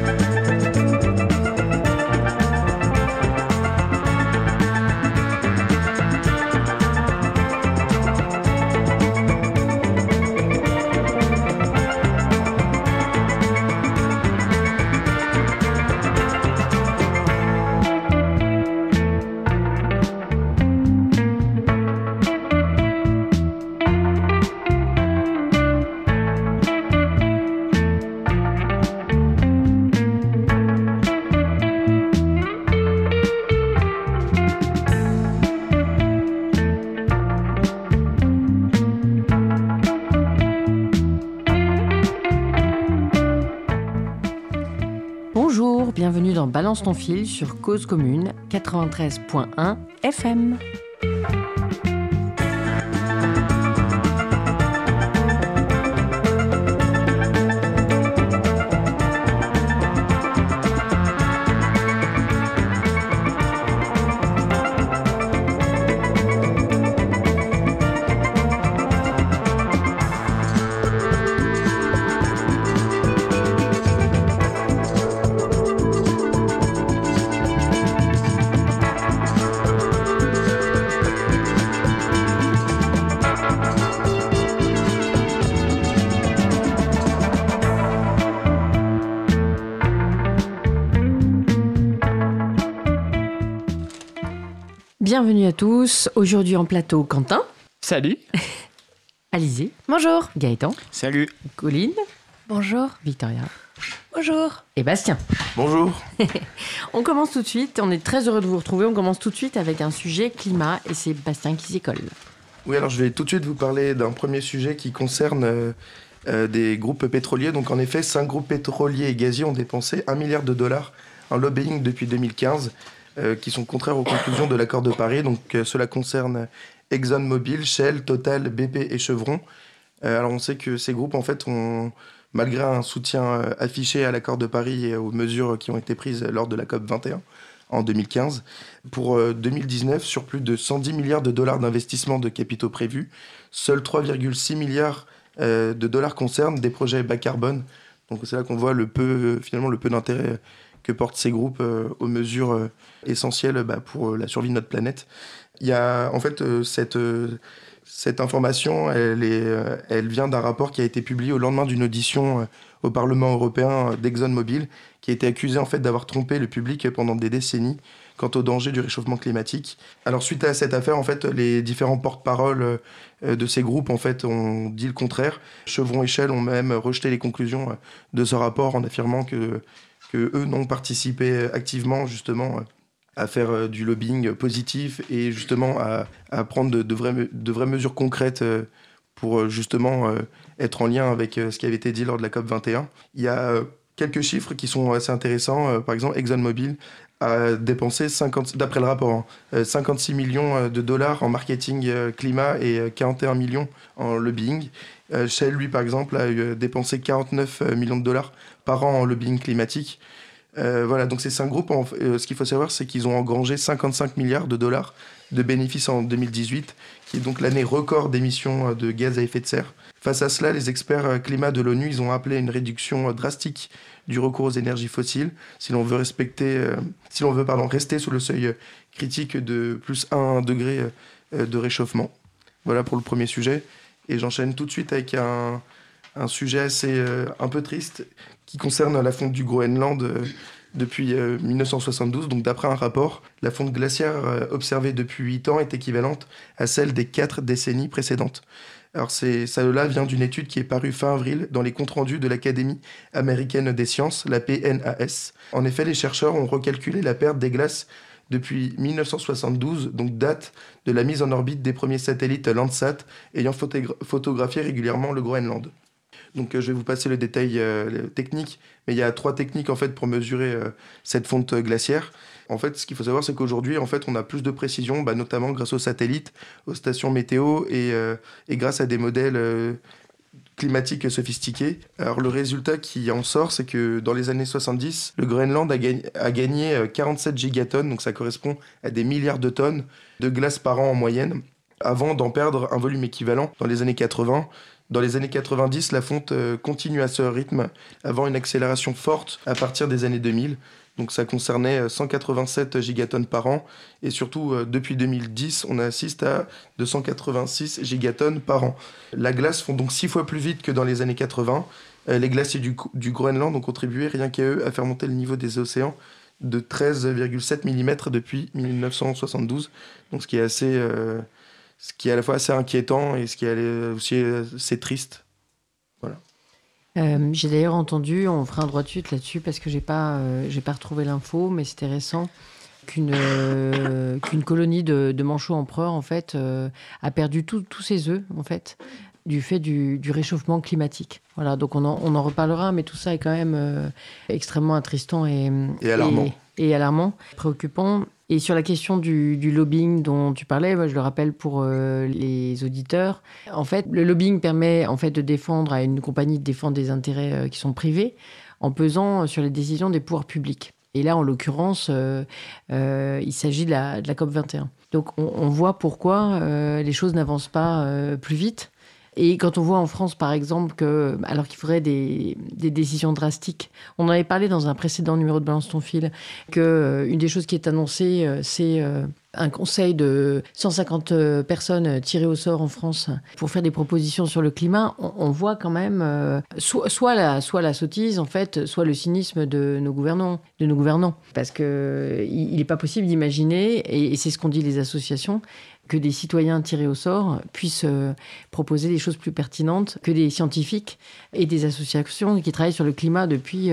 Bonjour, bienvenue dans Balance ton fil sur Cause Commune 93.1 FM. Bienvenue à tous. Aujourd'hui en plateau, Quentin. Salut. Alizé. Bonjour. Gaëtan. Salut. Colline. Bonjour. Victoria. Bonjour. Et Bastien. Bonjour. On commence tout de suite. On est très heureux de vous retrouver. On commence tout de suite avec un sujet climat et c'est Bastien qui s'y colle. Oui, alors je vais tout de suite vous parler d'un premier sujet qui concerne des groupes pétroliers. Donc en effet, 5 groupes pétroliers et gaziers ont dépensé $1 milliard en lobbying depuis 2015. Qui sont contraires aux conclusions de l'accord de Paris. Donc cela concerne ExxonMobil, Shell, Total, BP et Chevron. Alors on sait que ces groupes en fait ont, malgré un soutien affiché à l'accord de Paris et aux mesures qui ont été prises lors de la COP 21 en 2015, pour 2019, sur plus de $110 milliards d'investissements de capitaux prévus, seuls 3,6 milliards de dollars concernent des projets bas carbone. Donc c'est là qu'on voit le peu d'intérêt que portent ces groupes aux mesures essentielles pour la survie de notre planète. Il y a en fait cette information, elle vient d'un rapport qui a été publié au lendemain d'une audition au Parlement européen d'ExxonMobil, qui a été accusé en fait d'avoir trompé le public pendant des décennies quant aux dangers du réchauffement climatique. Alors suite à cette affaire, en fait, les différents porte-paroles de ces groupes en fait ont dit le contraire. Chevron et Shell ont même rejeté les conclusions de ce rapport en affirmant que eux n'ont participé activement justement à faire du lobbying positif et justement à prendre de vraies mesures concrètes pour justement être en lien avec ce qui avait été dit lors de la COP 21. Il y a quelques chiffres qui sont assez intéressants. Par exemple, ExxonMobil a dépensé, d'après le rapport, 56 millions de dollars en marketing climat et 41 millions en lobbying. Shell, lui, par exemple, a dépensé 49 millions de dollars par an en lobbying climatique. Voilà, donc ces 5 groupes, ce qu'il faut savoir, c'est qu'ils ont engrangé 55 milliards de dollars de bénéfices en 2018, qui est donc l'année record d'émissions de gaz à effet de serre. Face à cela, les experts climat de l'ONU, ils ont appelé une réduction drastique du recours aux énergies fossiles si l'on veut rester sous le seuil critique de plus 1 degré de réchauffement. Voilà pour le premier sujet. Et j'enchaîne tout de suite avec un sujet assez un peu triste qui concerne la fonte du Groenland depuis 1972. Donc d'après un rapport, la fonte glaciaire observée depuis 8 ans est équivalente à celle des 4 décennies précédentes. Alors cela vient d'une étude qui est parue fin avril dans les comptes rendus de l'Académie américaine des sciences, la PNAS. En effet, les chercheurs ont recalculé la perte des glaces depuis 1972, donc date de la mise en orbite des premiers satellites Landsat ayant photographié régulièrement le Groenland. Donc je vais vous passer le détail technique, mais il y a 3 techniques en fait pour mesurer cette fonte glaciaire. En fait, ce qu'il faut savoir, c'est qu'aujourd'hui, en fait, on a plus de précision, notamment grâce aux satellites, aux stations météo et grâce à des modèles climatiques sophistiqués. Alors le résultat qui en sort, c'est que dans les années 70, le Groenland a gagné 47 gigatonnes, donc ça correspond à des milliards de tonnes de glace par an en moyenne, avant d'en perdre un volume équivalent dans les années 80. Dans les années 90, la fonte continue à ce rythme, avant une accélération forte à partir des années 2000. Donc ça concernait 187 gigatonnes par an. Et surtout, depuis 2010, on assiste à 286 gigatonnes par an. La glace fond donc 6 fois plus vite que dans les années 80. Les glaciers du Groenland ont contribué, rien qu'à eux, à faire monter le niveau des océans de 13,7 mm depuis 1972. Donc ce qui est à la fois assez inquiétant et ce qui est aussi assez triste. Voilà. J'ai d'ailleurs entendu, on fera un droit de suite là-dessus parce que j'ai pas retrouvé l'info, mais c'était récent, qu'une colonie de manchots empereurs en fait a perdu tous ses œufs en fait du fait du réchauffement climatique. Voilà, donc on en reparlera, mais tout ça est quand même extrêmement attristant et alarmant. Et alarmant, préoccupant. Et sur la question du lobbying dont tu parlais, moi, je le rappelle pour les auditeurs, en fait, le lobbying permet en fait de défendre à une compagnie de défendre des intérêts qui sont privés en pesant sur les décisions des pouvoirs publics. Et là, en l'occurrence, il s'agit de la COP21. Donc, on voit pourquoi les choses n'avancent pas plus vite. Et quand on voit en France, par exemple, alors qu'il faudrait des décisions drastiques, on en avait parlé dans un précédent numéro de Balance ton fil, qu'une des choses qui est annoncée, c'est un conseil de 150 personnes tirées au sort en France pour faire des propositions sur le climat. On voit quand même soit la sottise, en fait, soit le cynisme de nos gouvernants. Parce qu'il n'est pas possible d'imaginer, et c'est ce qu'ont dit les associations, que des citoyens tirés au sort puissent proposer des choses plus pertinentes que des scientifiques et des associations qui travaillent sur le climat depuis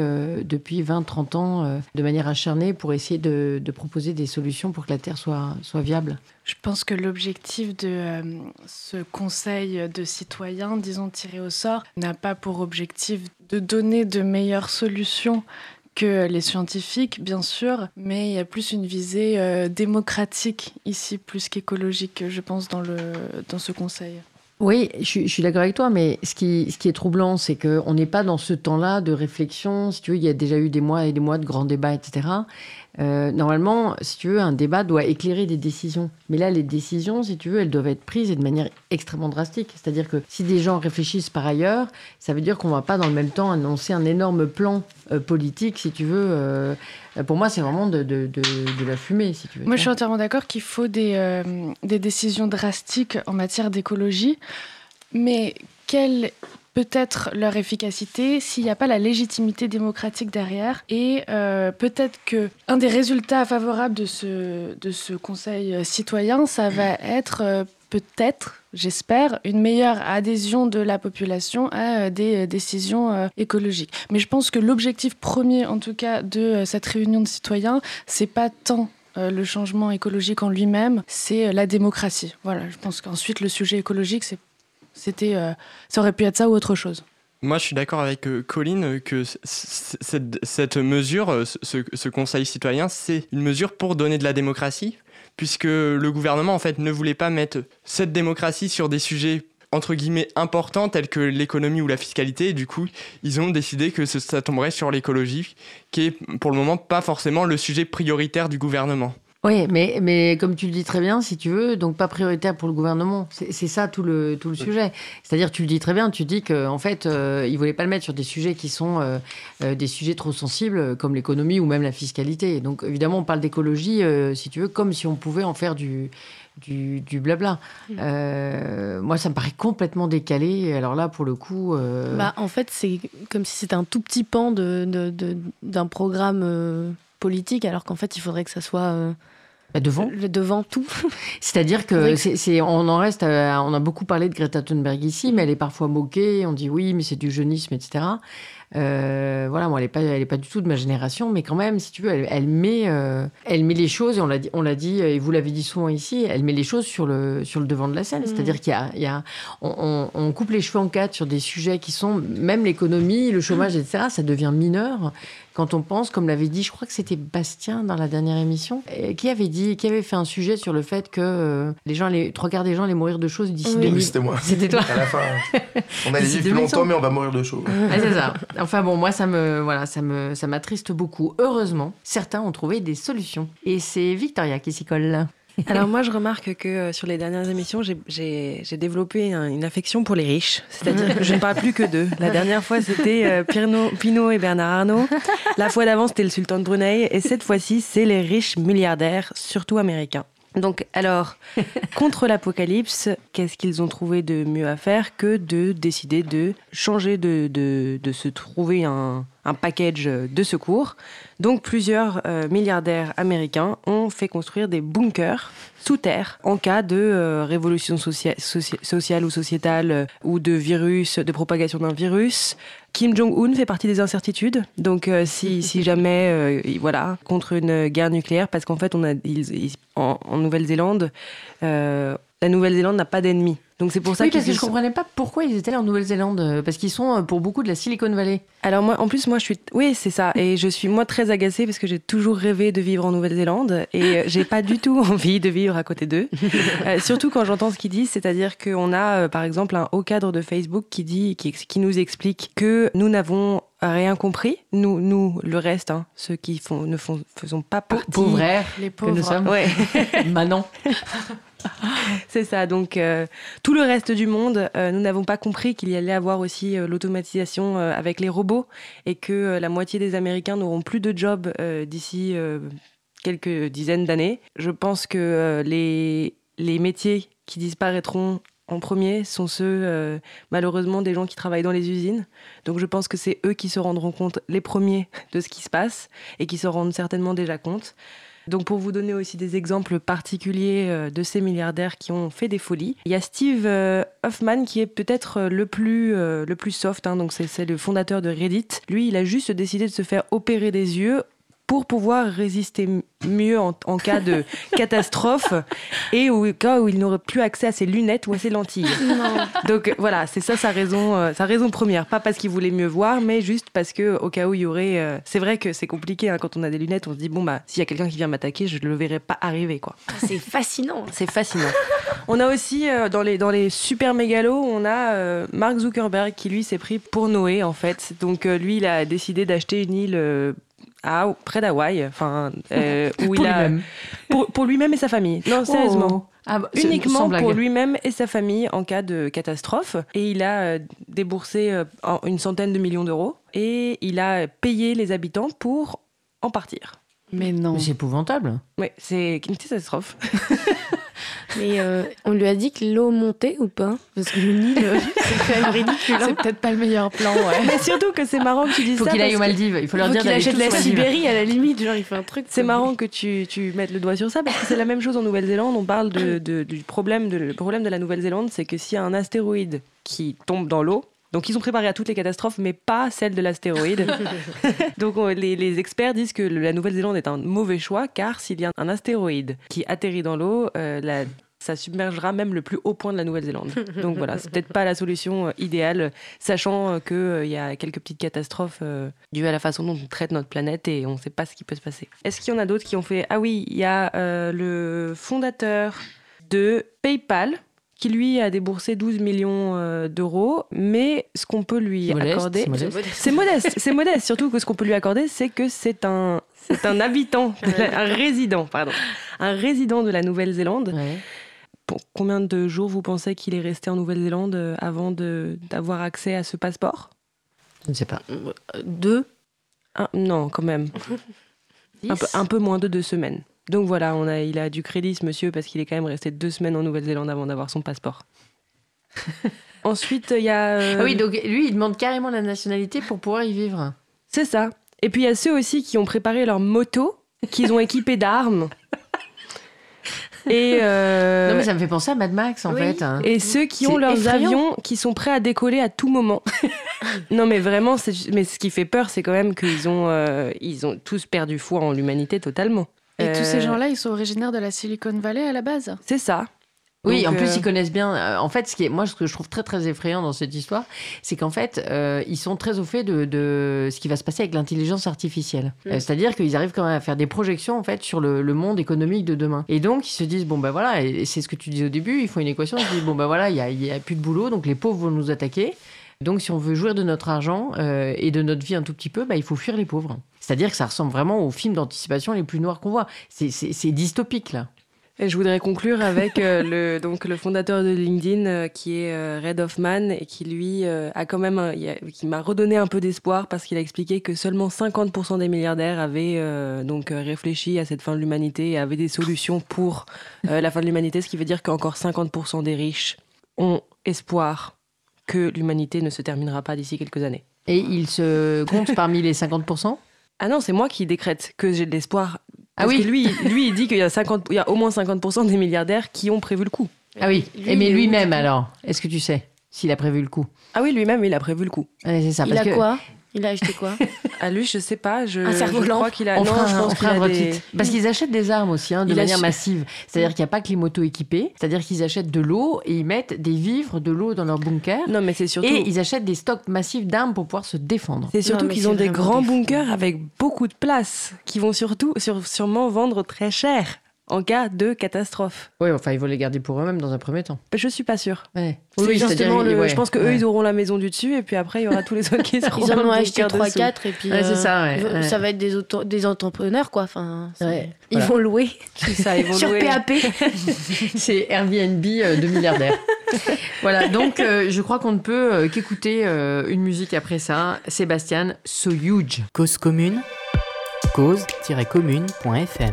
20-30 ans de manière acharnée pour essayer de proposer des solutions pour que la Terre soit viable. Je pense que l'objectif de ce conseil de citoyens, disons tirés au sort, n'a pas pour objectif de donner de meilleures solutions que les scientifiques, bien sûr, mais il y a plus une visée démocratique ici, plus qu'écologique, je pense, dans ce conseil. Oui, je suis d'accord avec toi, mais ce qui est troublant, c'est qu'on n'est pas dans ce temps-là de réflexion. Si tu veux, il y a déjà eu des mois et des mois de grands débats, etc. Normalement, si tu veux, un débat doit éclairer des décisions. Mais là, les décisions, si tu veux, elles doivent être prises et de manière extrêmement drastique. C'est-à-dire que si des gens réfléchissent par ailleurs, ça veut dire qu'on ne va pas dans le même temps annoncer un énorme plan politique, si tu veux. Pour moi, c'est vraiment de la fumée, si tu veux. Moi, je suis entièrement d'accord qu'il faut des décisions drastiques en matière d'écologie. Mais quelle peut être leur efficacité s'il n'y a pas la légitimité démocratique derrière. Et peut-être qu'un des résultats favorables de ce conseil citoyen, ça va être peut-être, j'espère, une meilleure adhésion de la population à des décisions écologiques. Mais je pense que l'objectif premier, en tout cas, de cette réunion de citoyens, c'est pas tant le changement écologique en lui-même, c'est la démocratie. Voilà, je pense qu'ensuite, le sujet écologique, ça aurait pu être ça ou autre chose. Moi, je suis d'accord avec Colline que cette mesure, ce conseil citoyen, c'est une mesure pour donner de la démocratie, puisque le gouvernement, en fait, ne voulait pas mettre cette démocratie sur des sujets entre guillemets importants tels que l'économie ou la fiscalité. Et du coup, ils ont décidé que ça tomberait sur l'écologie, qui est pour le moment pas forcément le sujet prioritaire du gouvernement. Oui, mais comme tu le dis très bien, si tu veux, donc pas prioritaire pour le gouvernement. C'est ça tout le sujet. C'est-à-dire, tu le dis très bien, tu dis qu'en fait, ils ne voulaient pas le mettre sur des sujets qui sont des sujets trop sensibles, comme l'économie ou même la fiscalité. Donc, évidemment, on parle d'écologie, si tu veux, comme si on pouvait en faire du blabla. Moi, ça me paraît complètement décalé. Alors là, pour le coup... en fait, c'est comme si c'était un tout petit pan d'un programme politique, alors qu'en fait, il faudrait que ça soit... devant tout. C'est-à-dire que on en reste on a beaucoup parlé de Greta Thunberg ici, mais elle est parfois moquée. On dit oui, mais c'est du jeunisme, etc. Voilà, moi, elle est pas du tout de ma génération, mais quand même, si tu veux, elle met les choses, et on l'a dit, et vous l'avez dit souvent ici, elle met les choses sur le devant de la scène. C'est-à-dire on coupe les cheveux en quatre sur des sujets qui sont, même l'économie, le chômage, etc., ça devient mineur. Quand on pense, comme l'avait dit, je crois que c'était Bastien dans la dernière émission, qui avait fait un sujet sur le fait que les 3 quarts des gens allaient mourir de choses d'ici 2000. Oui, c'était moi. C'était toi. À la fin, on allait vivre plus longtemps, mais on va mourir de chaud. Ah, c'est ça. Enfin bon, moi, ça m'attriste beaucoup. Heureusement, certains ont trouvé des solutions. Et c'est Victoria qui s'y colle. Alors moi, je remarque que sur les dernières émissions, j'ai développé une affection pour les riches. C'est-à-dire que je ne parle plus que d'eux. La dernière fois, c'était Pinault et Bernard Arnault. La fois d'avant, c'était le sultan de Brunei. Et cette fois-ci, c'est les riches milliardaires, surtout américains. Donc, alors, contre l'apocalypse, qu'est-ce qu'ils ont trouvé de mieux à faire que de décider de changer, de se trouver un package de secours. Donc, plusieurs milliardaires américains ont fait construire des bunkers sous terre en cas de révolution sociale ou sociétale ou de virus, de propagation d'un virus. Kim Jong-un fait partie des incertitudes. Donc, si jamais, voilà, contre une guerre nucléaire, parce qu'en fait, en Nouvelle-Zélande, la Nouvelle-Zélande n'a pas d'ennemis. Donc c'est pour ça parce que je comprenais pas pourquoi ils étaient là en Nouvelle-Zélande, parce qu'ils sont pour beaucoup de la Silicon Valley. Alors moi, en plus, oui, c'est ça, et je suis moi très agacée parce que j'ai toujours rêvé de vivre en Nouvelle-Zélande et j'ai pas du tout envie de vivre à côté d'eux. Surtout quand j'entends ce qu'ils disent, c'est-à-dire qu'on a par exemple un haut cadre de Facebook qui nous explique que nous n'avons rien compris, nous le reste, ceux qui faisons pas partie. Pauvres, les pauvres. Que nous sommes. Ouais. Maintenant. C'est ça, donc tout le reste du monde, nous n'avons pas compris qu'il y allait avoir aussi l'automatisation avec les robots et que la moitié des Américains n'auront plus de job d'ici quelques dizaines d'années. Je pense que les métiers qui disparaîtront en premier sont ceux, malheureusement, des gens qui travaillent dans les usines. Donc je pense que c'est eux qui se rendront compte les premiers de ce qui se passe et qui se rendent certainement déjà compte. Donc pour vous donner aussi des exemples particuliers de ces milliardaires qui ont fait des folies, il y a Steve Hoffman qui est peut-être le plus soft, donc c'est le fondateur de Reddit. Lui, il a juste décidé de se faire opérer des yeux pour pouvoir résister mieux en cas de catastrophe et au cas où il n'aurait plus accès à ses lunettes ou à ses lentilles. Non. Donc voilà, c'est ça sa raison première. Pas parce qu'il voulait mieux voir, mais juste parce qu'au cas où il y aurait... C'est vrai que c'est compliqué, quand on a des lunettes, on se dit, bon, s'il y a quelqu'un qui vient m'attaquer, je ne le verrai pas arriver, quoi. C'est fascinant. C'est fascinant. On a aussi, dans les super mégalos, on a Mark Zuckerberg qui, lui, s'est pris pour Noé, en fait. Donc lui, il a décidé d'acheter une île... près d'Hawaï, où il a pour lui-même et sa famille. Non, sérieusement. Uniquement pour lui-même et sa famille en cas de catastrophe. Et il a déboursé une centaine de millions d'euros et il a payé les habitants pour en partir. Mais non. Mais c'est épouvantable. Oui, c'est une catastrophe. Mais on lui a dit que l'eau montait ou pas? Parce que le Nil, c'est quand même ridicule. C'est peut-être pas le meilleur plan, ouais. Mais surtout que c'est marrant que tu dises ça. Faut qu'il aille aux Maldives. Il faut leur dire d'aller qu'il achète la Sibérie à la limite. Genre, il fait un truc. C'est marrant que tu mettes le doigt sur ça parce que c'est la même chose en Nouvelle-Zélande. On parle du problème de la Nouvelle-Zélande, c'est que s'il y a un astéroïde qui tombe dans l'eau, donc ils sont préparés à toutes les catastrophes, mais pas celle de l'astéroïde. Donc les experts disent que la Nouvelle-Zélande est un mauvais choix, car s'il y a un astéroïde qui atterrit dans l'eau, ça submergera même le plus haut point de la Nouvelle-Zélande. Donc voilà, c'est peut-être pas la solution idéale, sachant qu'il y a quelques petites catastrophes dues à la façon dont on traite notre planète et on ne sait pas ce qui peut se passer. Est-ce qu'il y en a d'autres qui ont fait... Ah oui, il y a le fondateur de PayPal, qui lui a déboursé 12 millions d'euros, mais ce qu'on peut lui accorder... C'est modeste, surtout que ce qu'on peut lui accorder, c'est que c'est un habitant, un résident de la Nouvelle-Zélande. Ouais. Pour combien de jours vous pensez qu'il est resté en Nouvelle-Zélande avant d'avoir accès à ce passeport? Je ne sais pas. 2? Non, quand même. un peu moins de 2 semaines. Donc voilà, il a du crédit, ce monsieur, parce qu'il est quand même resté 2 semaines en Nouvelle-Zélande avant d'avoir son passeport. Ensuite, il y a... Ah oui, donc lui, il demande carrément la nationalité pour pouvoir y vivre. C'est ça. Et puis il y a ceux aussi qui ont préparé leur moto, qu'ils ont équipé d'armes. Et Non mais ça me fait penser à Mad Max en fait. Et ceux qui ont leurs avions qui sont prêts à décoller à tout moment. Non mais vraiment, mais ce qui fait peur, c'est quand même qu'ils ont tous perdu foi en l'humanité totalement. Et tous ces gens-là, ils sont originaires de la Silicon Valley à la base? C'est ça. Oui, donc, en plus, ils connaissent bien. En fait, ce que je trouve très, très effrayant dans cette histoire, c'est qu'en fait, ils sont très au fait de ce qui va se passer avec l'intelligence artificielle. C'est-à-dire qu'ils arrivent quand même à faire des projections, en fait, sur le monde économique de demain. Et donc, ils se disent, bon, ben voilà, et c'est ce que tu disais au début, ils font une équation, ils se disent, bon, ben voilà, il y a plus de boulot, donc les pauvres vont nous attaquer. Donc, si on veut jouir de notre argent et de notre vie un tout petit peu, il faut fuir les pauvres. C'est-à-dire que ça ressemble vraiment aux films d'anticipation les plus noirs qu'on voit. C'est dystopique, là. Et je voudrais conclure avec le fondateur de LinkedIn qui est Reid Hoffman et qui lui qui m'a redonné un peu d'espoir parce qu'il a expliqué que seulement 50% des milliardaires avaient réfléchi à cette fin de l'humanité et avaient des solutions pour la fin de l'humanité, ce qui veut dire qu'encore 50% des riches ont espoir que l'humanité ne se terminera pas d'ici quelques années. Et il se compte parmi les 50%? Ah non, c'est moi qui décrète que j'ai de l'espoir. Parce oui. que lui, il dit qu'il y a au moins 50% des milliardaires qui ont prévu le coup. Ah oui, mais lui-même alors, est-ce que tu sais s'il a prévu le coup? Ah oui, lui-même, il a prévu le coup. Ouais, c'est ça, il a quoi? Il a acheté quoi? À lui, je sais pas. Un cerf-volant. Je crois qu'il a. On non, fera je pense qu'il a des... Parce qu'ils achètent des armes aussi, de manière massive. C'est-à-dire qu'il n'y a pas que les motos équipées. C'est-à-dire qu'ils achètent de l'eau et ils mettent des vivres, de l'eau dans leur bunker. Non, mais c'est surtout. Et ils achètent des stocks massifs d'armes pour pouvoir se défendre. C'est surtout qu'ils ont des grands bunkers avec beaucoup de place, qui vont sûrement vendre très cher en cas de catastrophe. Oui, enfin, ils vont les garder pour eux-mêmes dans un premier temps. Je suis pas sûre. Ouais. Oui, justement, je pense qu'eux, ils auront la maison du dessus, et puis après, il y aura tous les autres qui seront ils en ont dans le acheté bunker 3-4, et puis c'est ça, ça va être des entrepreneurs, quoi. Enfin, ils voilà. vont louer. C'est ça, ils vont sur louer. PAP. C'est Airbnb de milliardaires. Voilà, donc je crois qu'on ne peut qu'écouter une musique après ça. Sébastien, So Huge. Cause commune, cause-commune.fm.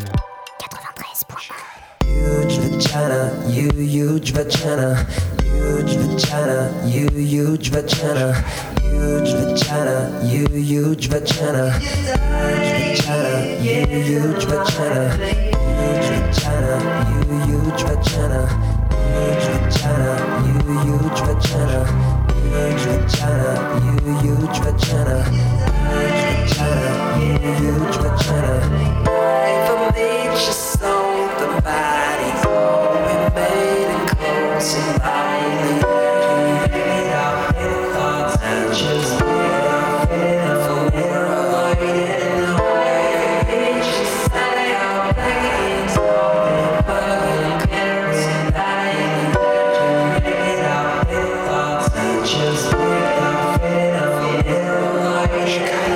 Huge vagina, you huge vagina, huge vagina, you huge vagina, huge vagina, you huge vagina, huge vagina, you huge vagina, huge vagina, you huge vagina, huge vagina, you huge vagina, huge vagina, you huge vagina, huge vagina, you huge vagina. If I made you so, the body's all we made and close and lonely. You made our thoughts and just made our feelings for we're waiting. If I made you say our things all but cares and lying. You made our thoughts and just made our feelings for we're waiting.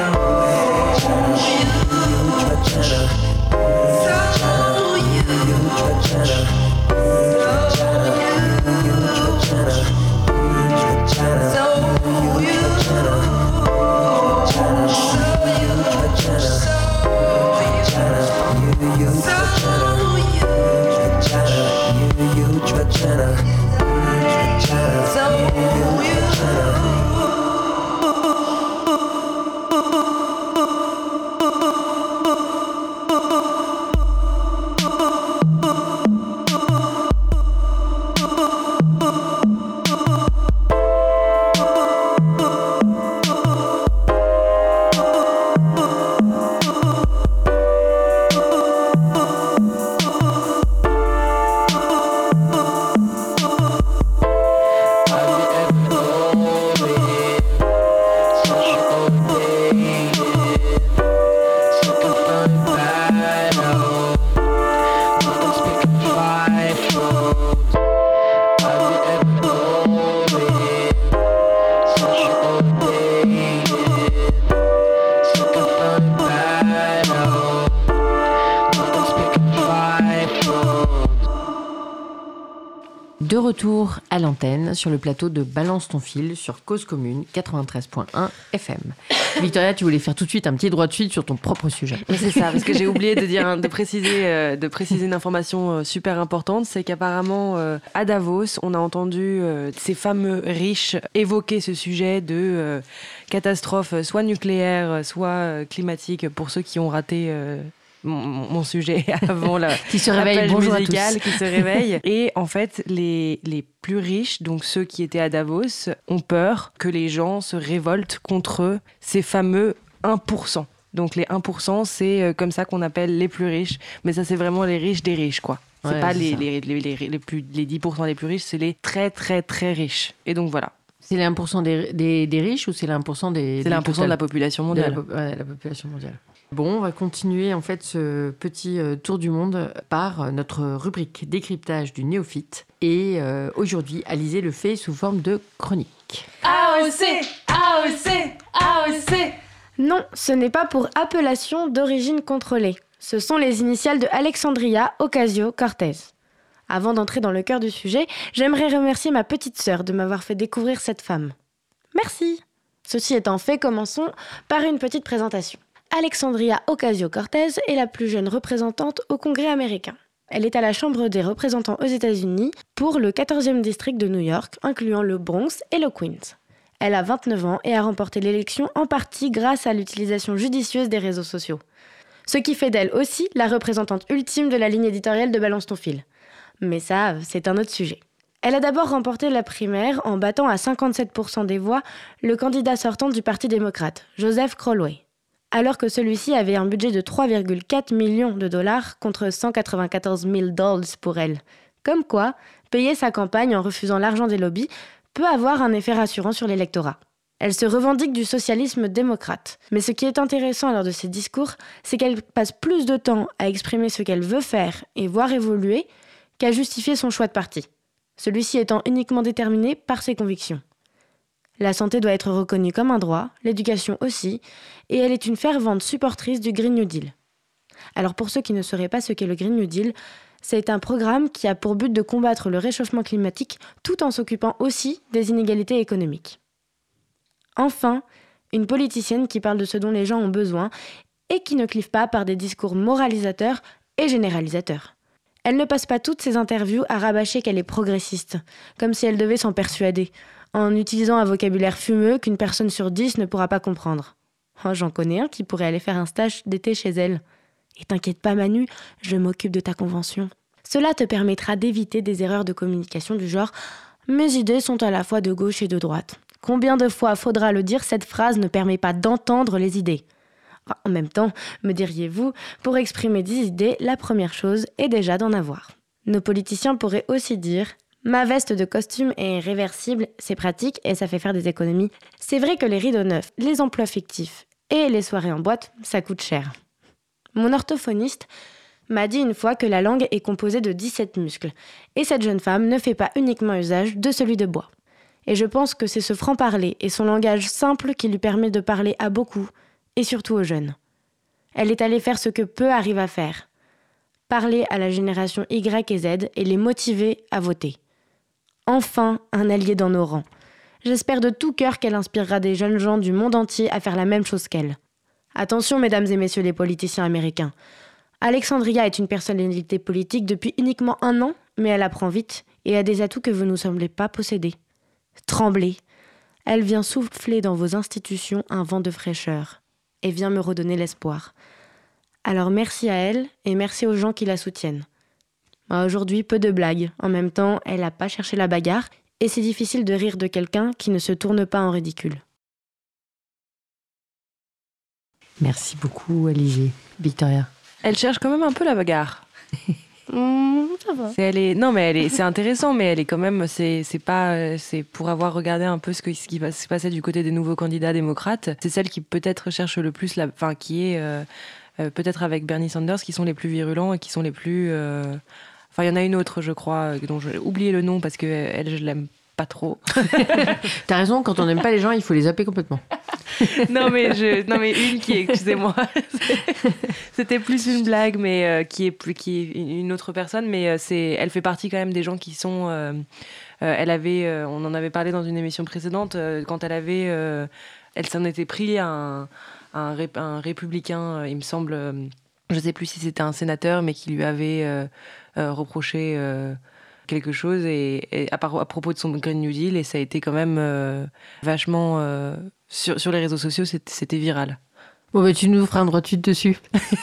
De retour à l'antenne sur le plateau de Balance ton fil sur Cause Commune 93.1 FM. Victoria, tu voulais faire tout de suite un petit droit de suite sur ton propre sujet. C'est ça, parce que j'ai oublié de préciser une information super importante, c'est qu'apparemment à Davos, on a entendu ces fameux riches évoquer ce sujet de catastrophe soit nucléaire, soit climatique, pour ceux qui ont raté mon sujet avant qui se réveille, bonjour musical, à tous. Qui se réveille. Et en fait, les plus riches, donc ceux qui étaient à Davos, ont peur que les gens se révoltent contre ces fameux 1%. Donc les 1%, c'est comme ça qu'on appelle les plus riches. Mais ça, c'est vraiment les riches des riches, quoi. C'est pas les 10% les plus riches, c'est les très, très, très riches. Et donc voilà. C'est les 1% des riches ou c'est les 1% des... C'est les 1% de la population mondiale. La population mondiale. Bon, on va continuer en fait ce petit tour du monde par notre rubrique décryptage du néophyte. Et aujourd'hui, Alizée le fait sous forme de chronique. AOC, AOC, AOC. Non, ce n'est pas pour appellation d'origine contrôlée. Ce sont les initiales de Alexandria Ocasio-Cortez. Avant d'entrer dans le cœur du sujet, j'aimerais remercier ma petite sœur de m'avoir fait découvrir cette femme. Merci. Ceci étant fait, commençons par une petite présentation. Alexandria Ocasio-Cortez est la plus jeune représentante au Congrès américain. Elle est à la Chambre des représentants aux États-Unis pour le 14e district de New York, incluant le Bronx et le Queens. Elle a 29 ans et a remporté l'élection en partie grâce à l'utilisation judicieuse des réseaux sociaux. Ce qui fait d'elle aussi la représentante ultime de la ligne éditoriale de Balance ton fil. Mais ça, c'est un autre sujet. Elle a d'abord remporté la primaire en battant à 57% des voix le candidat sortant du Parti démocrate, Joseph Crowley, alors que celui-ci avait un budget de 3,4 millions de dollars contre 194 000 $ pour elle. Comme quoi, payer sa campagne en refusant l'argent des lobbies peut avoir un effet rassurant sur l'électorat. Elle se revendique du socialisme démocrate. Mais ce qui est intéressant lors de ses discours, c'est qu'elle passe plus de temps à exprimer ce qu'elle veut faire et voir évoluer qu'à justifier son choix de parti, celui-ci étant uniquement déterminé par ses convictions. La santé doit être reconnue comme un droit, l'éducation aussi, et elle est une fervente supportrice du Green New Deal. Alors pour ceux qui ne sauraient pas ce qu'est le Green New Deal, c'est un programme qui a pour but de combattre le réchauffement climatique tout en s'occupant aussi des inégalités économiques. Enfin, une politicienne qui parle de ce dont les gens ont besoin et qui ne clive pas par des discours moralisateurs et généralisateurs. Elle ne passe pas toutes ses interviews à rabâcher qu'elle est progressiste, comme si elle devait s'en persuader, en utilisant un vocabulaire fumeux qu'une personne sur 10 ne pourra pas comprendre. Oh, j'en connais un qui pourrait aller faire un stage d'été chez elle. Et t'inquiète pas Manu, je m'occupe de ta convention. Cela te permettra d'éviter des erreurs de communication du genre « Mes idées sont à la fois de gauche et de droite ». Combien de fois faudra le dire, cette phrase ne permet pas d'entendre les idées. En même temps, me diriez-vous, pour exprimer des idées, la première chose est déjà d'en avoir. Nos politiciens pourraient aussi dire « Ma veste de costume est réversible, c'est pratique et ça fait faire des économies. » C'est vrai que les rideaux neufs, les emplois fictifs et les soirées en boîte, ça coûte cher. Mon orthophoniste m'a dit une fois que la langue est composée de 17 muscles et cette jeune femme ne fait pas uniquement usage de celui de bois. Et je pense que c'est ce franc-parler et son langage simple qui lui permet de parler à beaucoup, et surtout aux jeunes. Elle est allée faire ce que peu arrivent à faire. Parler à la génération Y et Z et les motiver à voter. Enfin, un allié dans nos rangs. J'espère de tout cœur qu'elle inspirera des jeunes gens du monde entier à faire la même chose qu'elle. Attention, mesdames et messieurs les politiciens américains. Alexandria est une personnalité politique depuis uniquement 1 an, mais elle apprend vite et a des atouts que vous ne semblez pas posséder. Tremblez. Elle vient souffler dans vos institutions un vent de fraîcheur et vient me redonner l'espoir. Alors merci à elle et merci aux gens qui la soutiennent. Aujourd'hui, peu de blagues. En même temps, elle n'a pas cherché la bagarre et c'est difficile de rire de quelqu'un qui ne se tourne pas en ridicule. Merci beaucoup, Alizée. Victoria. Elle cherche quand même un peu la bagarre. Ça va. C'est intéressant, mais elle est quand même, c'est pour avoir regardé un peu ce qui se passait du côté des nouveaux candidats démocrates. C'est celle qui peut-être cherche le plus, qui est peut-être avec Bernie Sanders, qui sont les plus virulents et qui sont les plus. Il y en a une autre, je crois, dont j'ai oublié le nom parce que elle, je l'aime pas trop. T'as raison, quand on n'aime pas les gens, il faut les zapper complètement. non mais une qui est, excusez-moi, c'était plus une blague, mais qui est une autre personne, mais elle fait partie quand même des gens qui sont. On en avait parlé dans une émission précédente quand elle s'en était pris à un républicain, il me semble, je sais plus si c'était un sénateur, mais qui lui avait reproché quelque chose et à propos de son Green New Deal, et ça a été quand même vachement sur les réseaux sociaux, c'était viral. Bon, tu nous feras un droit de suite dessus.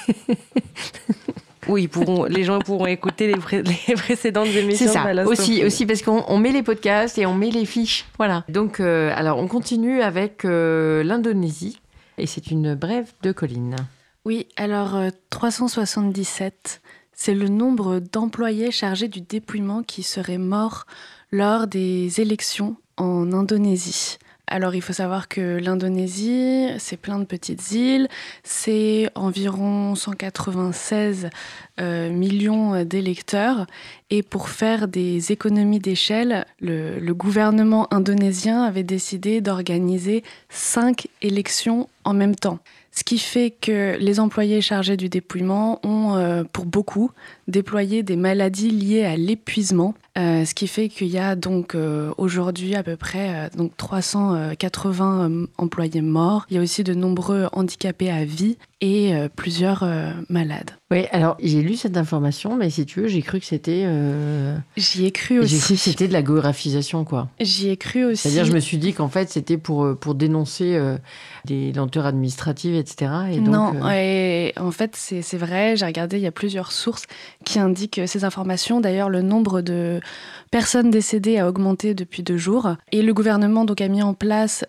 Oui, les gens pourront écouter les précédentes émissions. C'est ça, aussi parce qu'on met les podcasts et on met les fiches. Voilà. Donc, alors, on continue avec l'Indonésie, et c'est une brève de Colline. Oui, alors 377, c'est le nombre d'employés chargés du dépouillement qui seraient morts lors des élections en Indonésie. Alors, il faut savoir que l'Indonésie, c'est plein de petites îles, c'est environ 196 millions d'électeurs. Et pour faire des économies d'échelle, le gouvernement indonésien avait décidé d'organiser 5 élections en même temps. Ce qui fait que les employés chargés du dépouillement ont, pour beaucoup, déployé des maladies liées à l'épuisement. Ce qui fait qu'il y a donc aujourd'hui à peu près 380 employés morts. Il y a aussi de nombreux handicapés à vie et plusieurs malades. Oui, alors j'ai lu cette information, mais si tu veux, j'ai cru que c'était... J'y ai cru aussi. J'ai cru que c'était de la géographisation, quoi. J'y ai cru aussi. C'est-à-dire, je me suis dit qu'en fait, c'était pour dénoncer des lenteurs administratives, etc. Et donc, non, et en fait, c'est vrai, j'ai regardé, il y a plusieurs sources qui indiquent ces informations. D'ailleurs, le nombre de personnes décédées a augmenté depuis 2 jours. Et le gouvernement donc, a mis en place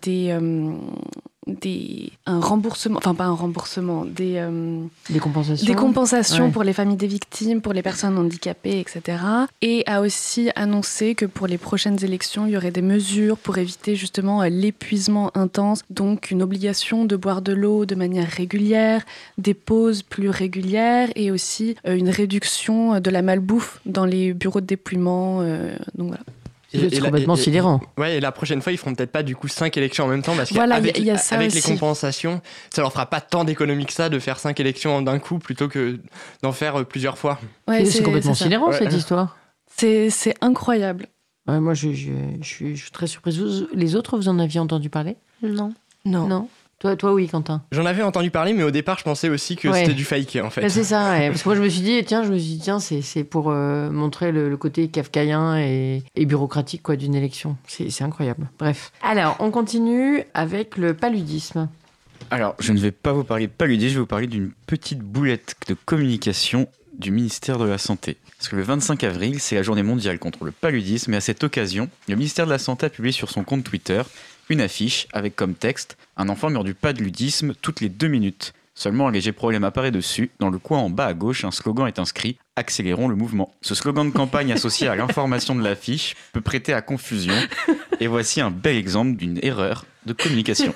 un remboursement, enfin pas un remboursement, des compensations ouais. pour les familles des victimes, pour les personnes handicapées, etc. Et a aussi annoncé que pour les prochaines élections, il y aurait des mesures pour éviter justement l'épuisement intense, donc une obligation de boire de l'eau de manière régulière, des pauses plus régulières et aussi une réduction de la malbouffe dans les bureaux de dépouillement. Donc voilà. C'est complètement sidérant. Ouais, et la prochaine fois, ils feront peut-être pas du coup 5 élections en même temps parce voilà, qu'avec avec les compensations, ça leur fera pas tant d'économies que ça de faire 5 élections d'un coup plutôt que d'en faire plusieurs fois. Ouais, c'est complètement sidérant cette histoire. C'est incroyable. Ouais, moi, je suis très surprise. Les autres, vous en aviez entendu parler ? Non. Toi, oui, Quentin. J'en avais entendu parler, mais au départ, je pensais aussi que c'était du fake, en fait. Ben, c'est ça, ouais. Parce que moi, je me suis dit, tiens, c'est pour montrer le côté kafkaïen et bureaucratique quoi, d'une élection. C'est incroyable. Bref. Alors, on continue avec le paludisme. Alors, je ne vais pas vous parler de paludisme, je vais vous parler d'une petite boulette de communication du ministère de la Santé. Parce que le 25 avril, c'est la journée mondiale contre le paludisme, et à cette occasion, le ministère de la Santé a publié sur son compte Twitter une affiche avec comme texte « Un enfant meurt du paludisme toutes les 2 minutes ». Seulement un léger problème apparaît dessus. Dans le coin en bas à gauche, un slogan est inscrit « Accélérons le mouvement ». Ce slogan de campagne associé à l'information de l'affiche peut prêter à confusion. Et voici un bel exemple d'une erreur de communication.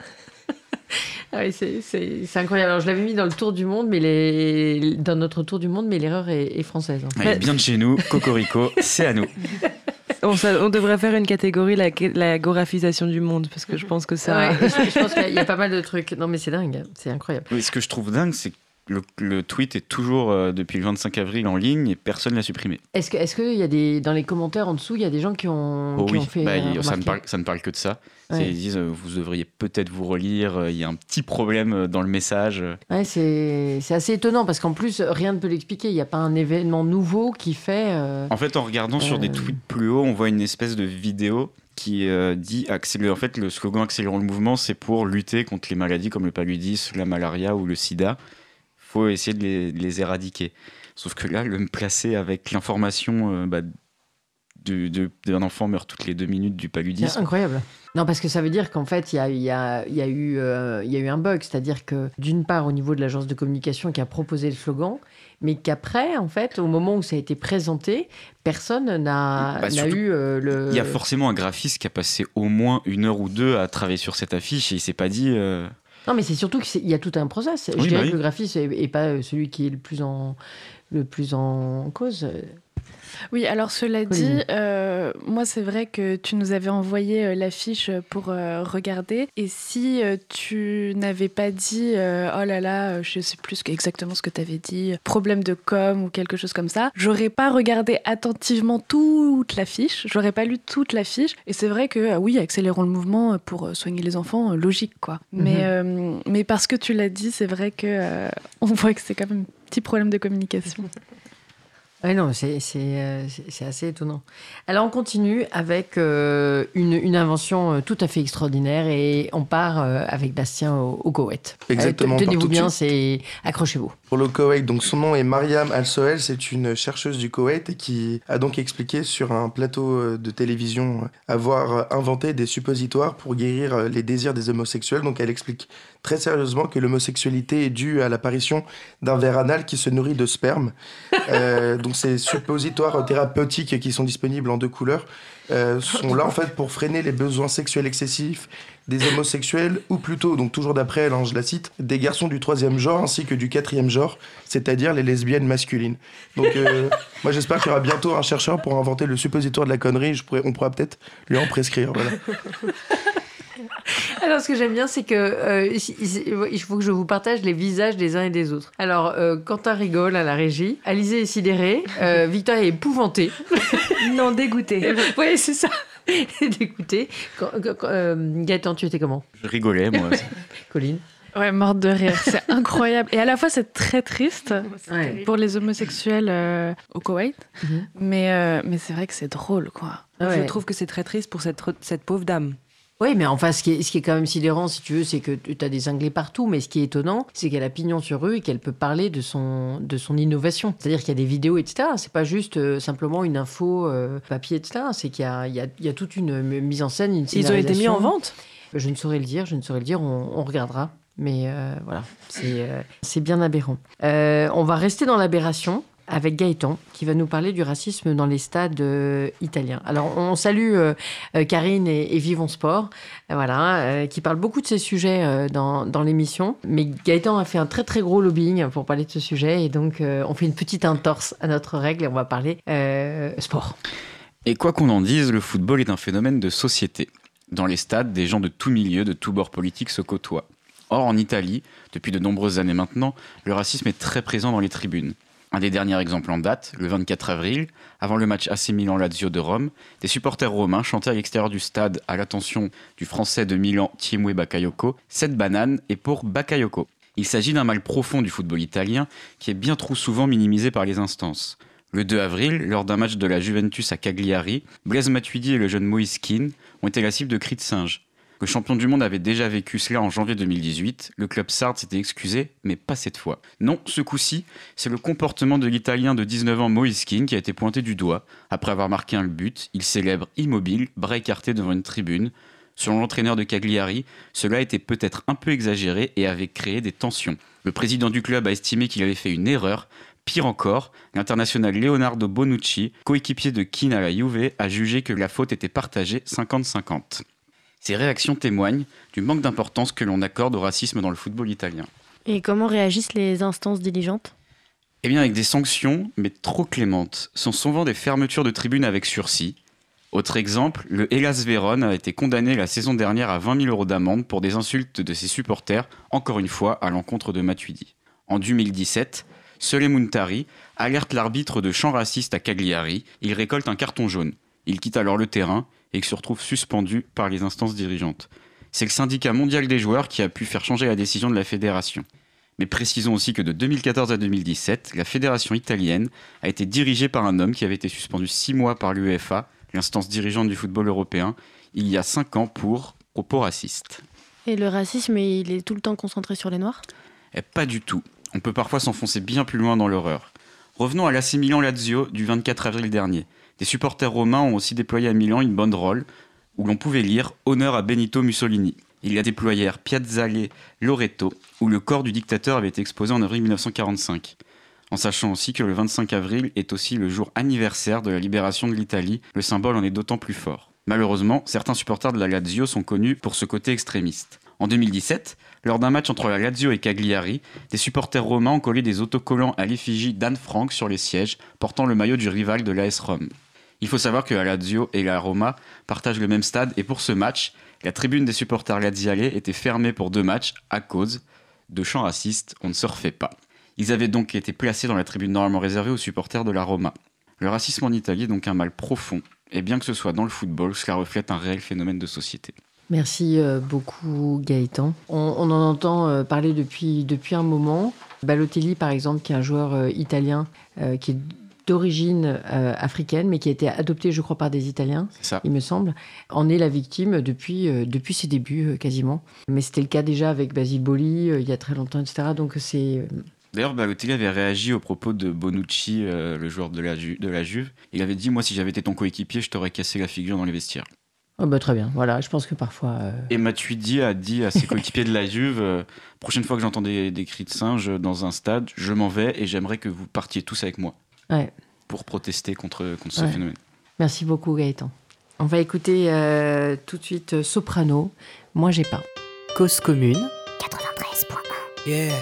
Ah oui, c'est incroyable. Alors, je l'avais mis dans le tour du monde, dans notre tour du monde, mais l'erreur est française. Elle est bien de chez nous, Cocorico, c'est à nous. On devrait faire une catégorie, la gorafisation du monde, parce que je pense que ça... Ouais, je pense qu'il y a pas mal de trucs. Non, mais c'est dingue, c'est incroyable. Oui, ce que je trouve dingue, c'est que le tweet est toujours, depuis le 25 avril, en ligne et personne ne l'a supprimé. Est-ce qu'il y a dans les commentaires en dessous, il y a des gens qui ont fait ça ne parle que de ça. Ouais. Ils disent, vous devriez peut-être vous relire, il y a un petit problème dans le message. Ouais, c'est assez étonnant, parce qu'en plus, rien ne peut l'expliquer. Il n'y a pas un événement nouveau qui fait... En fait, en regardant sur des tweets plus haut, on voit une espèce de vidéo qui dit en fait, le slogan « Accélérons le mouvement », c'est pour lutter contre les maladies comme le paludisme, la malaria ou le sida. Il faut essayer de les éradiquer. Sauf que là, le me placer avec l'information d'un enfant meurt toutes les 2 minutes du paludisme. C'est incroyable. Non, parce que ça veut dire qu'en fait, il y a eu un bug. C'est-à-dire que, d'une part, au niveau de l'agence de communication qui a proposé le slogan, mais qu'après, en fait, au moment où ça a été présenté, personne n'a eu le... Il y a forcément un graphiste qui a passé au moins 1 heure ou 2 à travailler sur cette affiche et il ne s'est pas dit... Non, mais c'est surtout qu'il y a tout un process. Je dirais que le graphiste n'est pas celui qui est le plus en cause. Oui, alors cela dit, moi c'est vrai que tu nous avais envoyé l'affiche pour regarder, et si tu n'avais pas dit oh là là, je sais plus exactement ce que tu avais dit, problème de com ou quelque chose comme ça, j'aurais pas regardé attentivement toute l'affiche, j'aurais pas lu toute l'affiche, et c'est vrai que oui, accélérons le mouvement pour soigner les enfants, logique quoi. Mais parce que tu l'as dit, c'est vrai que on voit que c'est quand même un petit problème de communication. Oui, non, c'est assez étonnant. Alors, on continue avec une invention tout à fait extraordinaire, et on part avec Bastien au Koweït. Exactement. Tenez-vous bien, accrochez-vous. Pour le Koweït, donc son nom est Mariam Al-Sohel, c'est une chercheuse du Koweït et qui a donc expliqué sur un plateau de télévision avoir inventé des suppositoires pour guérir les désirs des homosexuels. Donc elle explique très sérieusement que l'homosexualité est due à l'apparition d'un ver anal qui se nourrit de sperme. Donc ces suppositoires thérapeutiques qui sont disponibles en 2 couleurs sont là en fait pour freiner les besoins sexuels excessifs des homosexuels, ou plutôt, donc toujours d'après elle, je la cite, des garçons du 3e genre ainsi que du 4e genre, c'est-à-dire les lesbiennes masculines. Donc moi j'espère qu'il y aura bientôt un chercheur pour inventer le suppositoire de la connerie, on pourra peut-être lui en prescrire. Voilà. Alors, ce que j'aime bien, c'est que il faut que je vous partage les visages des uns et des autres. Alors, Quentin rigole à la régie, Alizé est sidérée, Victoria est épouvantée. Non, dégoûté. Oui, c'est ça. Dégoûtée. Gaëtan, tu étais comment? Je rigolais, moi. Colline? Ouais, morte de rire, c'est incroyable. Et à la fois, c'est très triste Ouais. pour les homosexuels au Koweït, mais c'est vrai que c'est drôle, quoi. Je trouve que c'est très triste pour cette pauvre dame. Oui, mais enfin, ce qui est quand même sidérant, si tu veux, c'est que tu as des cinglés partout. Mais ce qui est étonnant, c'est qu'elle a pignon sur rue et qu'elle peut parler de son innovation. C'est-à-dire qu'il y a des vidéos, etc. C'est pas juste simplement une info papier, etc. C'est qu'il y a toute une mise en scène, une Ils ont été mis en vente? Je ne saurais le dire, on regardera. Mais voilà, c'est bien aberrant. On va rester dans l'aberration avec Gaëtan, qui va nous parler du racisme dans les stades italiens. Alors, on salue Karine et Vivons Sport, qui parlent beaucoup de ces sujets dans l'émission. Mais Gaëtan a fait un très, très gros lobbying pour parler de ce sujet. Et donc, on fait une petite entorse à notre règle et on va parler sport. Et quoi qu'on en dise, le football est un phénomène de société. Dans les stades, des gens de tous milieux, de tous bords politiques se côtoient. Or, en Italie, depuis de nombreuses années maintenant, le racisme est très présent dans les tribunes. Un des derniers exemples en date, le 24 avril, avant le match AC Milan-Lazio de Rome, des supporters romains chantaient à l'extérieur du stade à l'attention du français de Milan Thiemoué Bakayoko, 7 bananes et pour Bakayoko. Il s'agit d'un mal profond du football italien qui est bien trop souvent minimisé par les instances. Le 2 avril, lors d'un match de la Juventus à Cagliari, Blaise Matuidi et le jeune Moïse Kean ont été la cible de cris de singe. Le champion du monde avait déjà vécu cela en janvier 2018. Le club sarde s'était excusé, mais pas cette fois. Non, ce coup-ci, c'est le comportement de l'Italien de 19 ans Moïse Kean qui a été pointé du doigt. Après avoir marqué un but, il célèbre immobile, bras écartés devant une tribune. Selon l'entraîneur de Cagliari, cela était peut-être un peu exagéré et avait créé des tensions. Le président du club a estimé qu'il avait fait une erreur. Pire encore, l'international Leonardo Bonucci, coéquipier de Kean à la Juve, a jugé que la faute était partagée 50-50. Ces réactions témoignent du manque d'importance que l'on accorde au racisme dans le football italien. Et comment réagissent les instances diligeantes ? Eh bien avec des sanctions, mais trop clémentes. Sont souvent des fermetures de tribunes avec sursis. Autre exemple, le Hellas Vérone a été condamné la saison dernière à 20 000 € d'amende pour des insultes de ses supporters, encore une fois à l'encontre de Matuidi. En 2017, Sole Muntari alerte l'arbitre de chants racistes à Cagliari, il récolte un carton jaune. Il quitte alors le terrain et se retrouve suspendu par les instances dirigeantes. C'est le syndicat mondial des joueurs qui a pu faire changer la décision de la fédération. Mais précisons aussi que de 2014 à 2017, la fédération italienne a été dirigée par un homme qui avait été suspendu 6 mois par l'UEFA, l'instance dirigeante du football européen, il y a 5 ans pour propos racistes. Et le racisme, il est tout le temps concentré sur les Noirs ? Pas du tout. On peut parfois s'enfoncer bien plus loin dans l'horreur. Revenons à l'AC Milan-Lazio du 24 avril dernier. Des supporters romains ont aussi déployé à Milan une banderole où l'on pouvait lire « Honneur à Benito Mussolini ». Ils la déployèrent Piazzale Loreto, où le corps du dictateur avait été exposé en avril 1945. En sachant aussi que le 25 avril est aussi le jour anniversaire de la libération de l'Italie, le symbole en est d'autant plus fort. Malheureusement, certains supporters de la Lazio sont connus pour ce côté extrémiste. En 2017, lors d'un match entre la Lazio et Cagliari, des supporters romains ont collé des autocollants à l'effigie d'Anne Frank sur les sièges, portant le maillot du rival de l'AS Rome. Il faut savoir que la Lazio et la Roma partagent le même stade et pour ce match, la tribune des supporters lazialais était fermée pour 2 matchs à cause de chants racistes, on ne se refait pas. Ils avaient donc été placés dans la tribune normalement réservée aux supporters de la Roma. Le racisme en Italie est donc un mal profond, et bien que ce soit dans le football, cela reflète un réel phénomène de société. Merci beaucoup Gaëtan. On en entend parler depuis un moment. Balotelli par exemple, qui est un joueur italien qui est d'origine africaine, mais qui a été adopté, je crois, par des Italiens, il me semble, en est la victime depuis ses débuts, quasiment. Mais c'était le cas déjà avec Basile Boli, il y a très longtemps, etc. Donc c'est... D'ailleurs, Balotelli avait réagi au propos de Bonucci, le joueur de la Juve. Il avait dit, moi, si j'avais été ton coéquipier, je t'aurais cassé la figure dans les vestiaires. Oh bah très bien, voilà, je pense que parfois... Et Matuidi a dit à ses coéquipiers de la Juve, prochaine fois que j'entends des cris de singe dans un stade, je m'en vais et j'aimerais que vous partiez tous avec moi. Ouais. Pour protester contre ce phénomène. Merci beaucoup Gaëtan. On va écouter tout de suite Soprano, Moi j'ai pas. Cause commune 93.1. Yeah.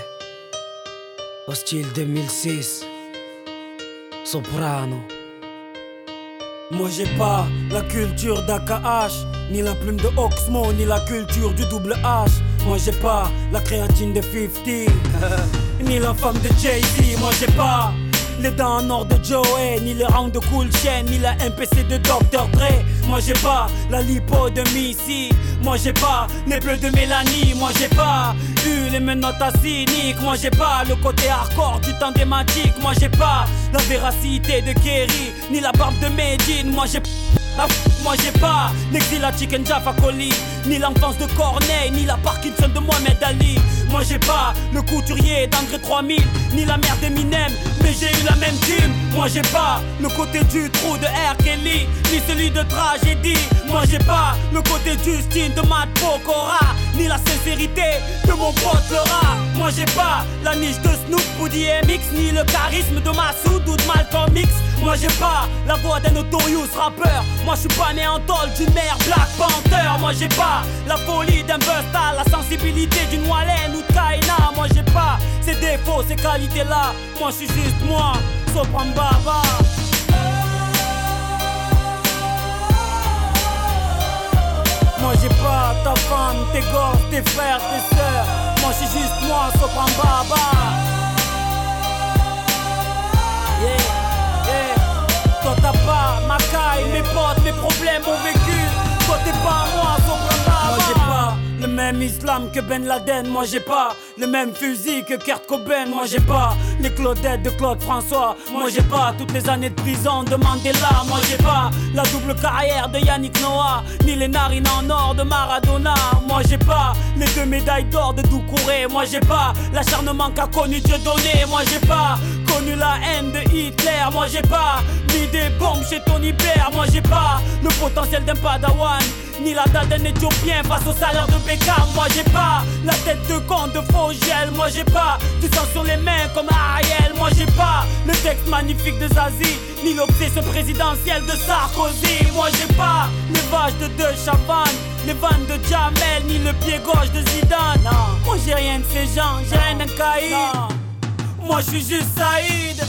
Hostile 2006. Soprano. Moi j'ai pas la culture d'AKH, ni la plume de Oxmo, ni la culture du double H. Moi j'ai pas la créatine de 50, ni la femme de Jay-Z. Moi j'ai pas les dents en or de Joey, ni les rangs de Cool Chain, ni la MPC de Dr. Dre. Moi j'ai pas la lipo de Missy. Moi j'ai pas les bleus de Mélanie. Moi j'ai pas eu les menottes à cynique. Moi j'ai pas le côté hardcore du temps dématique. Moi j'ai pas la véracité de Kerry, ni la barbe de Medine. Moi j'ai pas l'exil à Chicken Jaffa Coli, ni l'enfance de Corneille, ni la Parkinson de Mohamed Ali. Moi j'ai pas le couturier d'André 3000, ni la mère d'Eminem, mais j'ai eu la même team. Moi j'ai pas le côté du trou de R. Kelly, ni celui de Tragédie. Moi j'ai pas le côté Justine de Matt Pokora, ni la sincérité de mon pote le rat. Moi j'ai pas la niche de Snoop ou DMX, ni le charisme de Massoud ou de Malcolm X. Moi j'ai pas la voix d'un notorious rappeur. Moi je suis pas né en tôle d'une mère Black Panther. Moi j'ai pas la folie d'un Busta, la sensibilité d'une Wallen ou de Kaina. Moi j'ai pas ces défauts, ces qualités là. Moi je suis juste moi, Sopran Baba. Moi j'ai pas ta femme, tes gosses, tes frères, tes sœurs. Moi je suis juste moi, Sopran Baba. Toi t'as pas ma caille, mes potes, mes problèmes ont vécu. Toi t'es pas moi, Sopran Baba. Moi j'ai pas le même islam que Ben Laden. Moi j'ai pas le même fusil que Kurt Cobain. Moi j'ai pas les Claudettes de Claude François. Moi j'ai pas toutes les années de prison de Mandela. Moi j'ai pas la double carrière de Yannick Noah, ni les narines en or de Maradona. Moi j'ai pas les 2 médailles d'or de Doucouré. Moi j'ai pas l'acharnement qu'a connu Dieudonné. Moi j'ai pas connu la haine de Hitler. Moi j'ai pas mis des bombes chez Tony Blair. Moi j'ai pas le potentiel d'un padawan, ni la dalle d'un Éthiopien face au salaire de Beckham. Moi j'ai pas la tête de con de Fogel. Moi j'ai pas du sang sur les mains comme Ariel. Moi j'ai pas le texte magnifique de Zazie, ni l'obsession présidentielle de Sarkozy. Moi j'ai pas les vaches de Chavannes, les vannes de Jamel, ni le pied gauche de Zidane. Non. Moi j'ai rien de ces gens, j'ai rien d'un caïd. Moi je suis juste Saïd.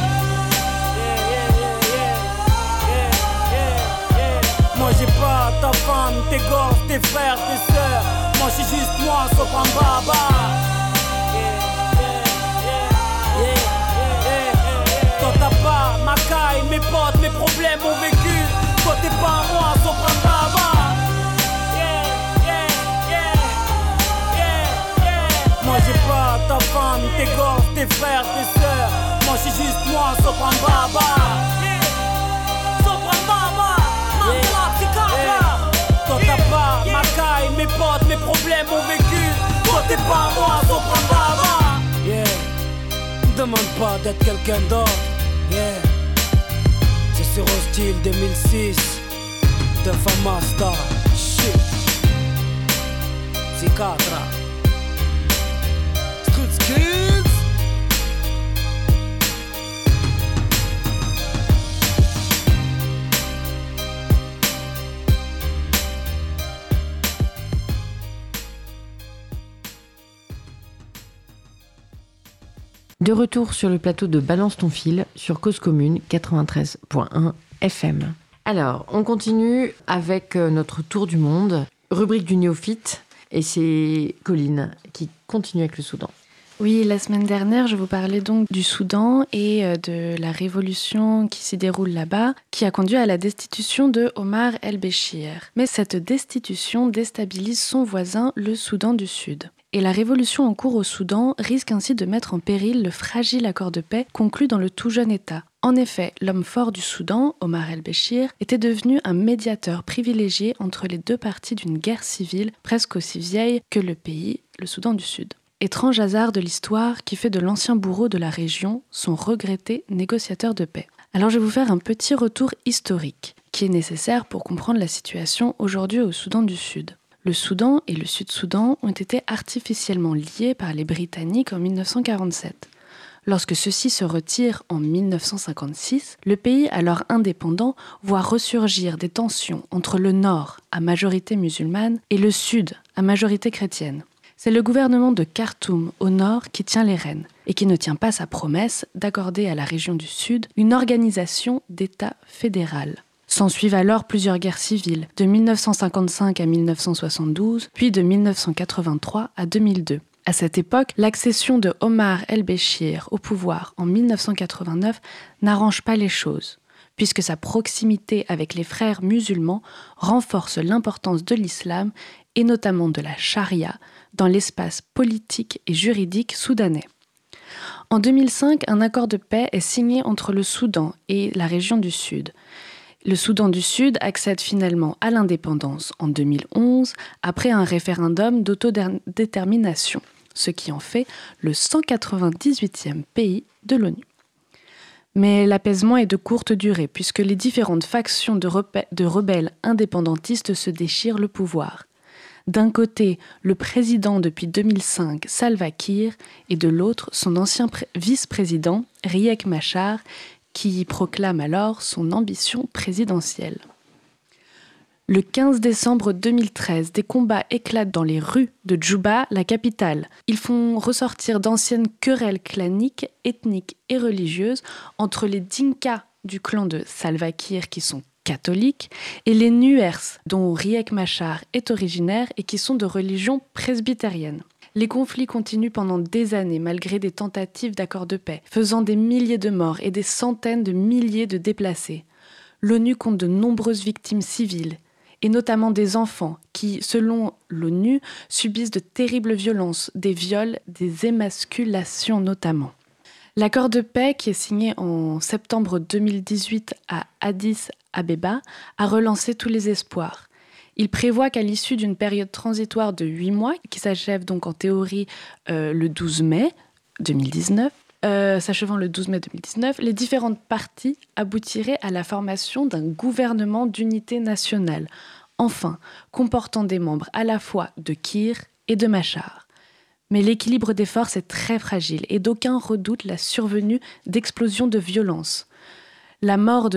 Moi j'ai pas ta femme, tes gosses, tes frères, tes sœurs. Moi je suis juste moi, Sopran Baba. Toi t'as pas ma caille, mes potes, mes problèmes ont vécu. Toi t'es pas moi, Sopran Baba. Moi j'ai pas ta femme, tes gosses, tes frères, tes sœurs. Moi je suis juste moi, Sopran Baba. Sopran Baba. Toi t'as pas ma caille, mes potes, mes problèmes ont vécu. Toi t'es pas moi, Sopran Baba. Yeah, demande pas d'être quelqu'un d'autre. Yeah, c'est sur Hostile 2006 de Famasta. Shit, Zikatra Street Skills. De retour sur le plateau de Balance ton fil sur Cause Commune 93.1 FM. Alors, on continue avec notre tour du monde, rubrique du néophyte, et c'est Colline qui continue avec le Soudan. Oui, la semaine dernière, je vous parlais donc du Soudan et de la révolution qui s'y déroule là-bas, qui a conduit à la destitution de Omar el-Béchir. Mais cette destitution déstabilise son voisin, le Soudan du Sud. Et la révolution en cours au Soudan risque ainsi de mettre en péril le fragile accord de paix conclu dans le tout jeune État. En effet, l'homme fort du Soudan, Omar el-Béchir, était devenu un médiateur privilégié entre les deux parties d'une guerre civile presque aussi vieille que le pays, le Soudan du Sud. Étrange hasard de l'histoire qui fait de l'ancien bourreau de la région son regretté négociateur de paix. Alors je vais vous faire un petit retour historique qui est nécessaire pour comprendre la situation aujourd'hui au Soudan du Sud. Le Soudan et le Sud-Soudan ont été artificiellement liés par les Britanniques en 1947. Lorsque ceux-ci se retirent en 1956, le pays alors indépendant voit ressurgir des tensions entre le Nord, à majorité musulmane, et le Sud, à majorité chrétienne. C'est le gouvernement de Khartoum, au Nord, qui tient les rênes et qui ne tient pas sa promesse d'accorder à la région du Sud une organisation d'État fédéral. S'ensuivent alors plusieurs guerres civiles, de 1955 à 1972, puis de 1983 à 2002. À cette époque, l'accession de Omar el-Béchir au pouvoir en 1989 n'arrange pas les choses, puisque sa proximité avec les frères musulmans renforce l'importance de l'islam et notamment de la charia dans l'espace politique et juridique soudanais. En 2005, un accord de paix est signé entre le Soudan et la région du Sud. Le Soudan du Sud accède finalement à l'indépendance en 2011 après un référendum d'autodétermination, ce qui en fait le 198e pays de l'ONU. Mais l'apaisement est de courte durée puisque les différentes factions de rebelles indépendantistes se déchirent le pouvoir. D'un côté, le président depuis 2005, Salva Kiir, et de l'autre, son ancien vice-président, Riek Machar, qui proclame alors son ambition présidentielle. Le 15 décembre 2013, des combats éclatent dans les rues de Djouba, la capitale. Ils font ressortir d'anciennes querelles claniques, ethniques et religieuses entre les Dinka du clan de Salva Kiir qui sont catholiques et les Nuers dont Riek Machar est originaire et qui sont de religion presbytérienne. Les conflits continuent pendant des années malgré des tentatives d'accord de paix, faisant des milliers de morts et des centaines de milliers de déplacés. L'ONU compte de nombreuses victimes civiles, et notamment des enfants qui, selon l'ONU, subissent de terribles violences, des viols, des émasculations notamment. L'accord de paix, qui est signé en septembre 2018 à Addis Abeba, a relancé tous les espoirs. Il prévoit qu'à l'issue d'une période transitoire de 8 mois, qui s'achève donc en théorie le 12 mai 2019, s'achevant le 12 mai 2019, les différentes parties aboutiraient à la formation d'un gouvernement d'unité nationale, enfin comportant des membres à la fois de Kiir et de Machar. Mais l'équilibre des forces est très fragile et d'aucuns redoutent la survenue d'explosions de violence. La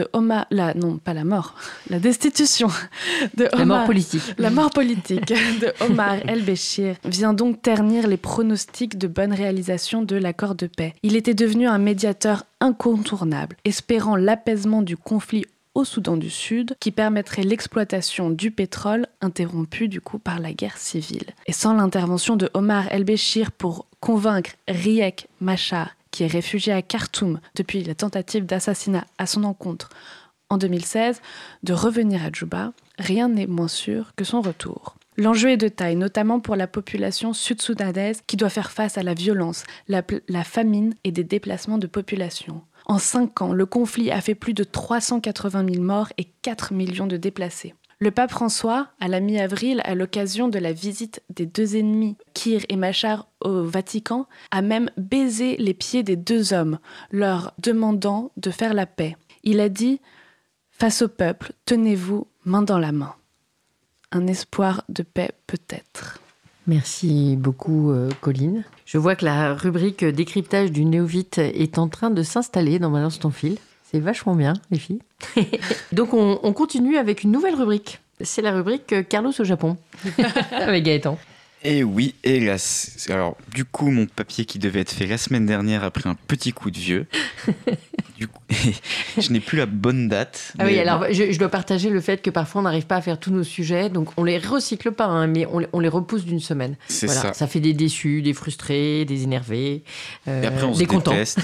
destitution de Omar, la mort politique. La mort politique de Omar el-Béchir vient donc ternir les pronostics de bonne réalisation de l'accord de paix. Il était devenu un médiateur incontournable, espérant l'apaisement du conflit au Soudan du Sud, qui permettrait l'exploitation du pétrole, interrompue du coup par la guerre civile. Et sans l'intervention de Omar el-Béchir pour convaincre Riek Machar, qui est réfugié à Khartoum depuis la tentative d'assassinat à son encontre en 2016, de revenir à Djouba, rien n'est moins sûr que son retour. L'enjeu est de taille, notamment pour la population sud-soudanaise qui doit faire face à la violence, la famine et des déplacements de population. En 5 ans, le conflit a fait plus de 380 000 morts et 4 millions de déplacés. Le pape François, à la mi-avril, à l'occasion de la visite des deux ennemis, Kiir et Machar, au Vatican, a même baisé les pieds des deux hommes, leur demandant de faire la paix. Il a dit « Face au peuple, tenez-vous main dans la main ». Un espoir de paix peut-être. Merci beaucoup, Colline. Je vois que la rubrique décryptage du néophyte est en train de s'installer dans Balance ton fil. C'est vachement bien, les filles. Donc, on continue avec une nouvelle rubrique. C'est la rubrique Carlos au Japon, avec Gaëtan. Et oui, hélas. Alors, du coup, mon papier qui devait être fait la semaine dernière a pris un petit coup de vieux. Du coup, je n'ai plus la bonne date. Ah oui, alors je dois partager le fait que parfois on n'arrive pas à faire tous nos sujets, donc on les recycle pas, hein, mais on les repousse d'une semaine. C'est voilà, ça. Ça fait des déçus, des frustrés, des énervés, et après on des se contents. déteste.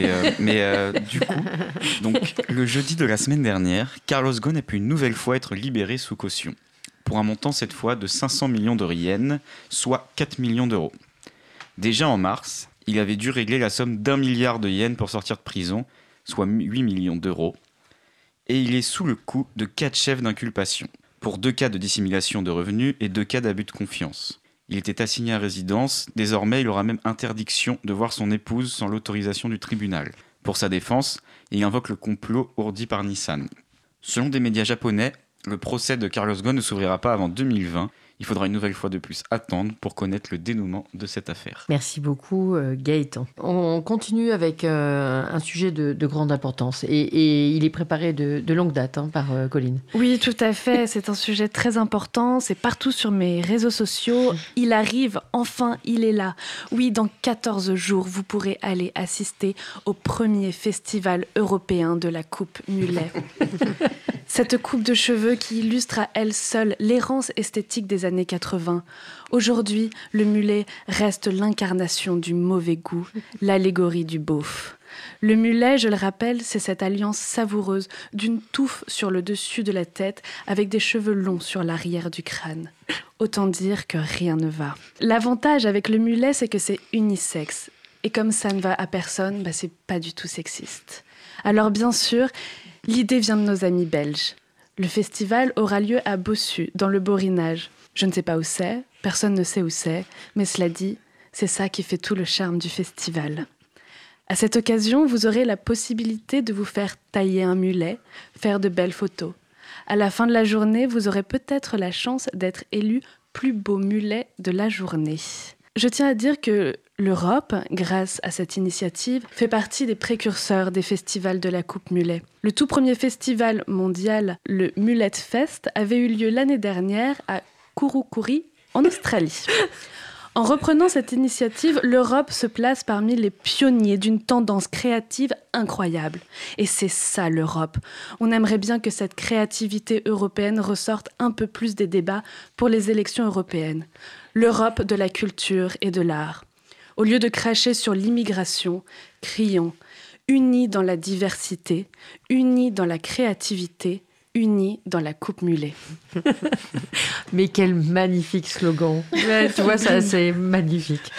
Du coup, donc, le jeudi de la semaine dernière, Carlos Ghosn a pu une nouvelle fois être libéré sous caution, pour un montant cette fois de 500 millions de yens, soit 4 millions d'euros. Déjà en mars, il avait dû régler la somme d'1 milliard de yens pour sortir de prison, soit 8 millions d'euros, et il est sous le coup de 4 chefs d'inculpation, pour 2 cas de dissimulation de revenus et 2 cas d'abus de confiance. Il était assigné à résidence, désormais il aura même interdiction de voir son épouse sans l'autorisation du tribunal. Pour sa défense, il invoque le complot ourdi par Nissan. Selon des médias japonais, le procès de Carlos Ghosn ne s'ouvrira pas avant 2020. Il faudra une nouvelle fois de plus attendre pour connaître le dénouement de cette affaire. Merci beaucoup, Gaëtan. On continue avec un sujet de grande importance et il est préparé de longue date par Colline. Oui, tout à fait. C'est un sujet très important. C'est partout sur mes réseaux sociaux. Il arrive, enfin, il est là. Oui, dans 14 jours, vous pourrez aller assister au premier festival européen de la Coupe Mulet. Cette coupe de cheveux qui illustre à elle seule l'errance esthétique des années 80. Aujourd'hui, le mulet reste l'incarnation du mauvais goût, l'allégorie du beauf. Le mulet, je le rappelle, c'est cette alliance savoureuse d'une touffe sur le dessus de la tête avec des cheveux longs sur l'arrière du crâne. Autant dire que rien ne va. L'avantage avec le mulet, c'est que c'est unisexe. Et comme ça ne va à personne, c'est pas du tout sexiste. Alors bien sûr, l'idée vient de nos amis belges. Le festival aura lieu à Bossu, dans le Borinage. Je ne sais pas où c'est, personne ne sait où c'est, mais cela dit, c'est ça qui fait tout le charme du festival. À cette occasion, vous aurez la possibilité de vous faire tailler un mulet, faire de belles photos. À la fin de la journée, vous aurez peut-être la chance d'être élu plus beau mulet de la journée. Je tiens à dire que l'Europe, grâce à cette initiative, fait partie des précurseurs des festivals de la Coupe Mulet. Le tout premier festival mondial, le Mullet Fest, avait eu lieu l'année dernière à Kurukuri, en Australie. En reprenant cette initiative, l'Europe se place parmi les pionniers d'une tendance créative incroyable. Et c'est ça l'Europe. On aimerait bien que cette créativité européenne ressorte un peu plus des débats pour les élections européennes. L'Europe de la culture et de l'art. Au lieu de cracher sur l'immigration, crions « unis dans la diversité, unis dans la créativité ». Unis dans la coupe mulet. Mais quel magnifique slogan. Ouais, tu vois, ça, c'est magnifique.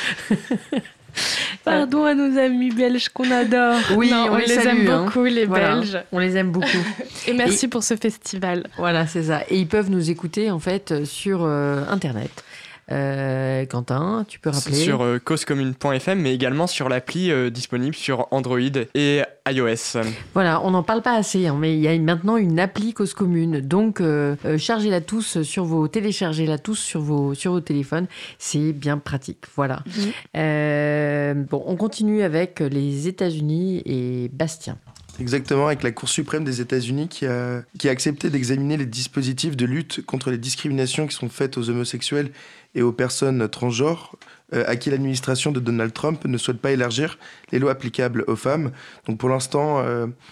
Pardon à nos amis belges qu'on adore. Oui, non, on les salue, aime beaucoup, les Belges. On les aime beaucoup. Et merci pour ce festival. Voilà, c'est ça. Et ils peuvent nous écouter, en fait, sur Internet. Quentin, tu peux rappeler sur causecommune.fm, mais également sur l'appli disponible sur Android et iOS. Voilà, on n'en parle pas assez, mais il y a maintenant une appli Cause Commune. Donc, chargez-la tous sur vos... Téléchargez-la tous sur vos téléphones. C'est bien pratique. Voilà. Bon, on continue avec les États-Unis et Bastien. Exactement, avec la Cour suprême des États-Unis qui a accepté d'examiner les dispositifs de lutte contre les discriminations qui sont faites aux homosexuels et aux personnes transgenres, à qui l'administration de Donald Trump ne souhaite pas élargir les lois applicables aux femmes. Donc pour l'instant,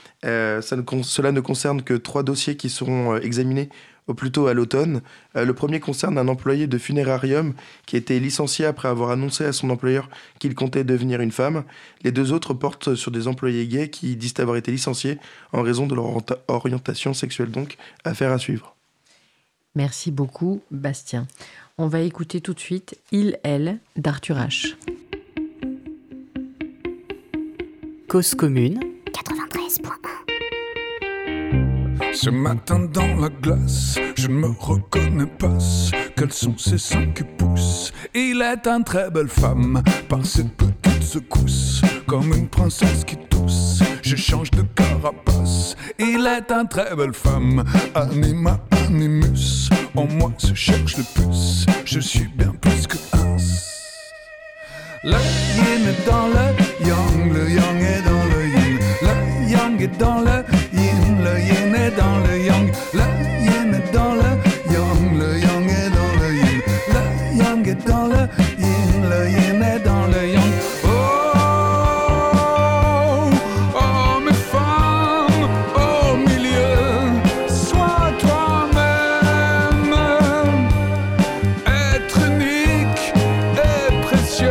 cela ne concerne que 3 dossiers qui seront examinés au plus tôt à l'automne. Le premier concerne un employé de funérarium qui a été licencié après avoir annoncé à son employeur qu'il comptait devenir une femme. Les 2 autres portent sur des employés gays qui disent avoir été licenciés en raison de leur orientation sexuelle. Donc, affaire à suivre. Merci beaucoup, Bastien. On va écouter tout de suite Il, Elle d'Arthur H. Cause commune 93.1. Ce matin dans la glace, je ne me reconnais pas. Quels sont ces seins qui poussent? Il est une très belle femme, par ses petites secousses, comme une princesse qui tousse. Je change de carapace. Il est une très belle femme, anima animus. En moi se cherche le plus, je suis bien plus que un. Le yin est dans le yang est dans le yin. Le yang est dans le yin est dans le yang. Le yin est dans le yang est dans le yin. Le yang est dans le yin est dans le yang. Oh, mes femmes au milieu, sois toi-même. Être unique et précieux.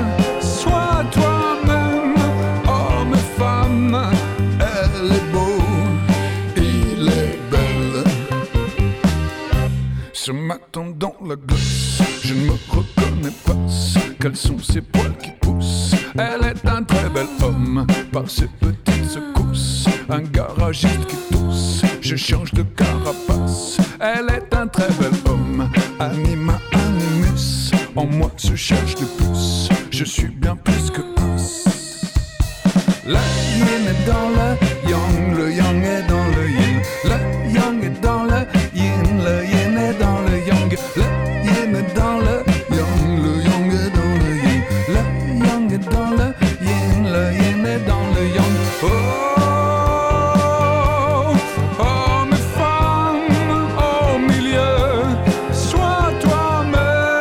Ce matin dans la glace, je ne me reconnais pas. Quels sont ces poils qui poussent? Elle est un très bel homme, par ses petites secousses. Un garagiste qui tousse, je change de carapace. Elle est un très bel homme, anima animus. En moi se cherche le plus, je suis bien plus que un. Le yin est dans le yang est dans le yin. Le yang est dans le yin est dans le yang. Le yin est dans le yang est dans le yin. Le yang est dans le yin est dans le yang. Oh, mes femmes au milieu, sois toi-même.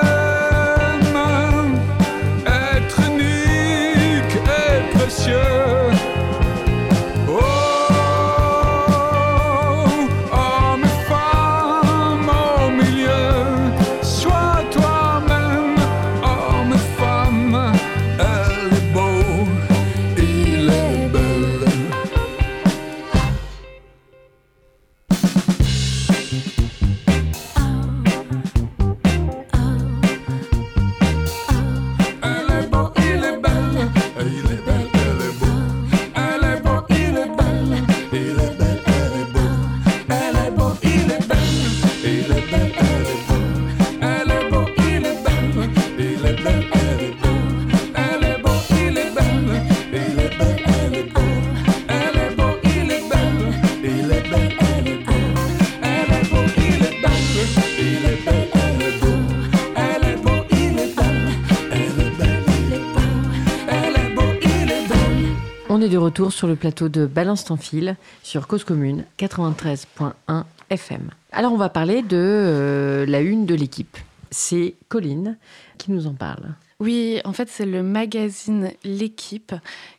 Être unique et précieux. Oh, est de retour sur le plateau de Balance ton fil sur Cause Commune 93.1 FM. Alors on va parler de la une de l'équipe. C'est Colline qui nous en parle. Oui, en fait c'est le magazine L'Équipe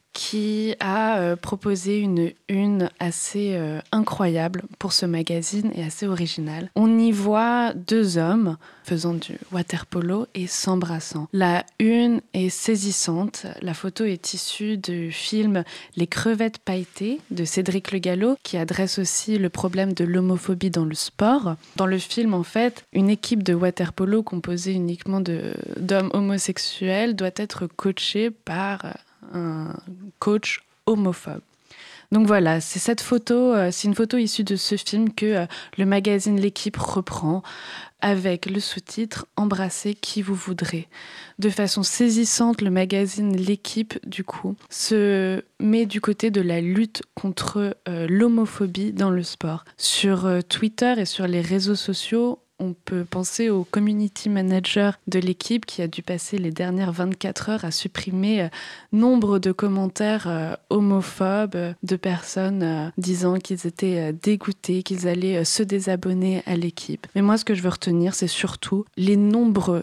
qui a proposé une une assez incroyable pour ce magazine et assez originale. On y voit deux hommes faisant du water-polo et s'embrassant. La une est saisissante. La photo est issue du film Les crevettes pailletées de Cédric Le Gallo, qui adresse aussi le problème de l'homophobie dans le sport. Dans le film, en fait, une équipe de water-polo composée uniquement d'hommes homosexuels doit être coachée par un coach homophobe. Donc voilà, c'est cette photo, c'est une photo issue de ce film que le magazine L'Équipe reprend avec le sous-titre « Embrassez qui vous voudrez ». De façon saisissante, le magazine L'Équipe, du coup, se met du côté de la lutte contre l'homophobie dans le sport. Sur Twitter et sur les réseaux sociaux, on peut penser au community manager de l'équipe qui a dû passer les dernières 24 heures à supprimer nombre de commentaires homophobes de personnes disant qu'ils étaient dégoûtés, qu'ils allaient se désabonner à l'équipe. Mais moi, ce que je veux retenir, c'est surtout les nombreux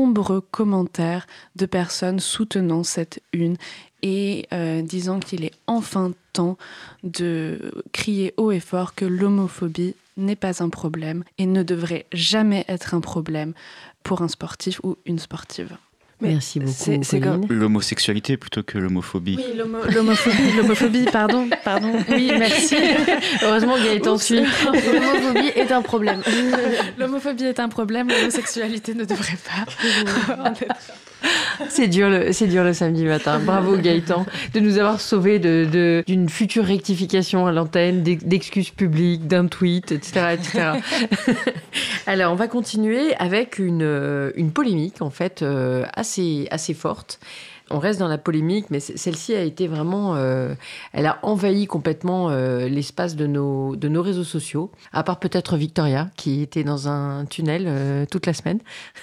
commentaires de personnes soutenant cette une et disant qu'il est enfin temps de crier haut et fort que l'homophobie n'est pas un problème et ne devrait jamais être un problème pour un sportif ou une sportive. Mais merci beaucoup, c'est comme l'homosexualité plutôt que l'homophobie. Oui, l'homophobie, pardon. Oui, merci. Heureusement Gaëtan suit. L'homophobie est un problème. L'homophobie est un problème, l'homosexualité ne devrait pas en être. C'est dur le samedi matin. Bravo Gaëtan de nous avoir sauvés d'une future rectification à l'antenne, d'excuses publiques, d'un tweet, etc. Alors on va continuer avec une polémique en fait assez forte. On reste dans la polémique, mais celle-ci a été vraiment... elle a envahi complètement l'espace de nos réseaux sociaux, à part peut-être Victoria, qui était dans un tunnel toute la semaine.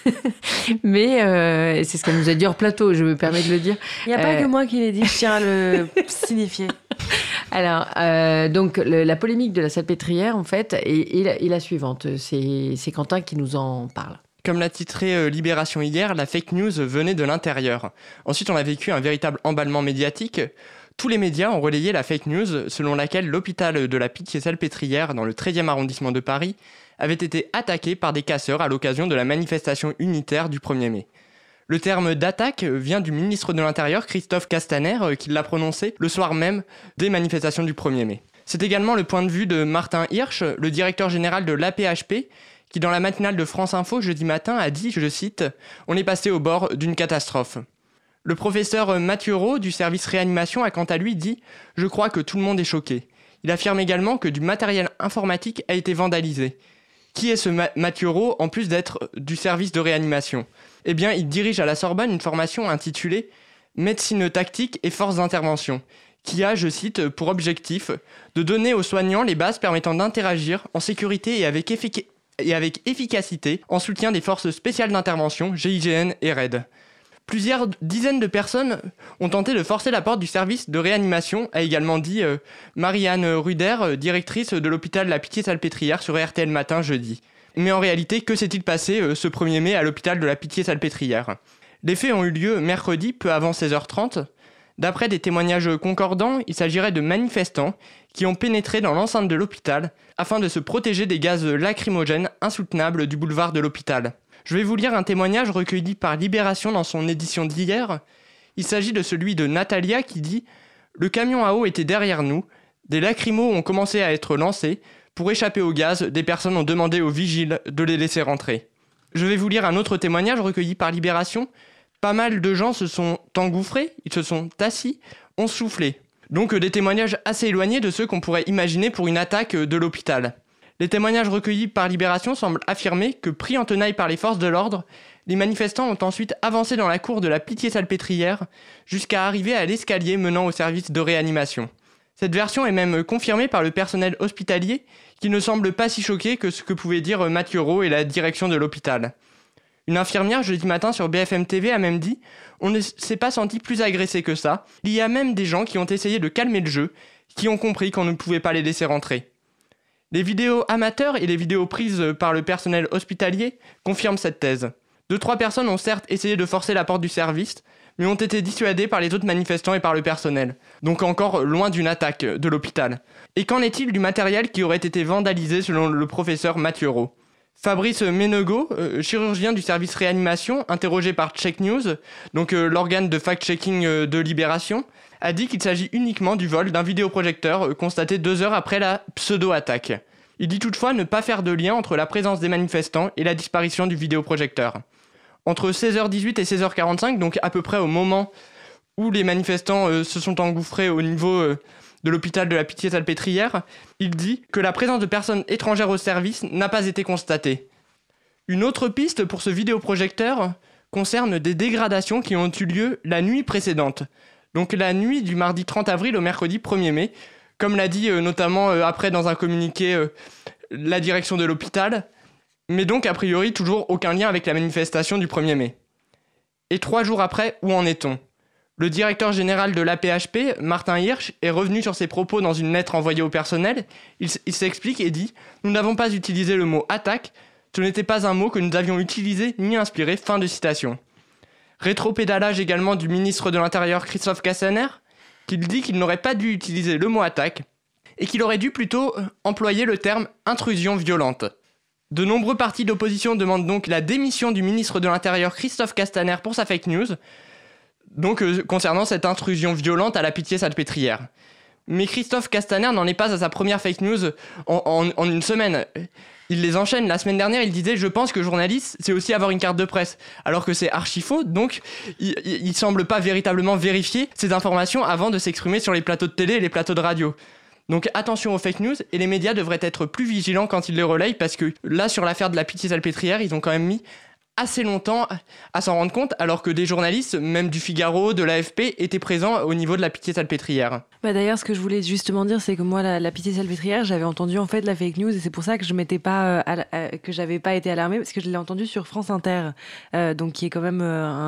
Mais c'est ce qu'elle nous a dit hors plateau, je me permets de le dire. Il n'y a pas que moi qui l'ai dit, je tiens à le signifier. Alors, donc, la polémique de la Salpêtrière, en fait, est la suivante. C'est Quentin qui nous en parle. Comme l'a titré Libération hier, la fake news venait de l'intérieur. Ensuite, on a vécu un véritable emballement médiatique. Tous les médias ont relayé la fake news selon laquelle l'hôpital de la Pitié-Salpêtrière, dans le 13e arrondissement de Paris, avait été attaqué par des casseurs à l'occasion de la manifestation unitaire du 1er mai. Le terme d'attaque vient du ministre de l'Intérieur, Christophe Castaner, qui l'a prononcé le soir même des manifestations du 1er mai. C'est également le point de vue de Martin Hirsch, le directeur général de l'AP-HP, qui dans la matinale de France Info jeudi matin a dit, je cite, « On est passé au bord d'une catastrophe ». Le professeur Mathieu Rau du service réanimation a quant à lui dit « Je crois que tout le monde est choqué ». Il affirme également que du matériel informatique a été vandalisé. Qui est ce Mathieu Rau en plus d'être du service de réanimation ? Eh bien, il dirige à la Sorbonne une formation intitulée « Médecine tactique et force d'intervention » qui a, je cite, pour objectif de donner aux soignants les bases permettant d'interagir en sécurité et avec efficacité en soutien des forces spéciales d'intervention, GIGN et RAID. Plusieurs dizaines de personnes ont tenté de forcer la porte du service de réanimation, a également dit Marianne Ruder, directrice de l'hôpital La Pitié-Salpêtrière sur RTL Matin jeudi. Mais en réalité, que s'est-il passé ce 1er mai à l'hôpital de La Pitié-Salpêtrière ? Les faits ont eu lieu mercredi, peu avant 16h30. D'après des témoignages concordants, il s'agirait de manifestants qui ont pénétré dans l'enceinte de l'hôpital afin de se protéger des gaz lacrymogènes insoutenables du boulevard de l'hôpital. Je vais vous lire un témoignage recueilli par Libération dans son édition d'hier. Il s'agit de celui de Natalia qui dit « Le camion à eau était derrière nous, des lacrymos ont commencé à être lancés. Pour échapper au gaz, des personnes ont demandé aux vigiles de les laisser rentrer. » Je vais vous lire un autre témoignage recueilli par Libération. Pas mal de gens se sont engouffrés, ils se sont assis, ont soufflé. Donc des témoignages assez éloignés de ceux qu'on pourrait imaginer pour une attaque de l'hôpital. Les témoignages recueillis par Libération semblent affirmer que, pris en tenaille par les forces de l'ordre, les manifestants ont ensuite avancé dans la cour de la Pitié-Salpêtrière jusqu'à arriver à l'escalier menant au service de réanimation. Cette version est même confirmée par le personnel hospitalier qui ne semble pas si choqué que ce que pouvaient dire Mathieu Rau et la direction de l'hôpital. Une infirmière, jeudi matin sur BFM TV, a même dit « On ne s'est pas senti plus agressé que ça. Il y a même des gens qui ont essayé de calmer le jeu, qui ont compris qu'on ne pouvait pas les laisser rentrer. » Les vidéos amateurs et les vidéos prises par le personnel hospitalier confirment cette thèse. 2-3 personnes ont certes essayé de forcer la porte du service, mais ont été dissuadées par les autres manifestants et par le personnel. Donc encore loin d'une attaque de l'hôpital. Et qu'en est-il du matériel qui aurait été vandalisé selon le professeur Mathieu Roux ? Fabrice Ménegaud, chirurgien du service réanimation, interrogé par Check News, donc l'organe de fact-checking de Libération, a dit qu'il s'agit uniquement du vol d'un vidéoprojecteur constaté 2 heures après la pseudo-attaque. Il dit toutefois ne pas faire de lien entre la présence des manifestants et la disparition du vidéoprojecteur. Entre 16h18 et 16h45, donc à peu près au moment où les manifestants se sont engouffrés au niveau de l'hôpital de la Pitié-Salpêtrière, il dit que la présence de personnes étrangères au service n'a pas été constatée. Une autre piste pour ce vidéoprojecteur concerne des dégradations qui ont eu lieu la nuit précédente. Donc la nuit du mardi 30 avril au mercredi 1er mai, comme l'a dit notamment après dans un communiqué la direction de l'hôpital, mais donc a priori toujours aucun lien avec la manifestation du 1er mai. Et 3 jours après, où en est-on ? Le directeur général de l'AP-HP, Martin Hirsch, est revenu sur ses propos dans une lettre envoyée au personnel. Il s'explique et dit « Nous n'avons pas utilisé le mot « attaque », ce n'était pas un mot que nous avions utilisé ni inspiré ». Fin de citation. Rétropédalage également du ministre de l'Intérieur Christophe Castaner, qui dit qu'il n'aurait pas dû utiliser le mot « attaque » et qu'il aurait dû plutôt employer le terme « intrusion violente ». De nombreux partis d'opposition demandent donc la démission du ministre de l'Intérieur Christophe Castaner pour sa fake news, donc concernant cette intrusion violente à la Pitié-Salpêtrière. Mais Christophe Castaner n'en est pas à sa première fake news en une semaine. Il les enchaîne. La semaine dernière, il disait « Je pense que journaliste, c'est aussi avoir une carte de presse », alors que c'est archi faux, donc il semble pas véritablement vérifier ces informations avant de s'exprimer sur les plateaux de télé et les plateaux de radio. Donc attention aux fake news, et les médias devraient être plus vigilants quand ils les relayent, parce que là, sur l'affaire de la Pitié-Salpêtrière, ils ont quand même mis assez longtemps à s'en rendre compte, alors que des journalistes, même du Figaro, de l'AFP, étaient présents au niveau de la Pitié-Salpêtrière. D'ailleurs, ce que je voulais justement dire, c'est que moi, la Pitié-Salpêtrière, j'avais entendu en fait la fake news, et c'est pour ça que je m'étais pas, que j'avais pas été alarmée, parce que je l'ai entendu sur France Inter, donc qui est quand même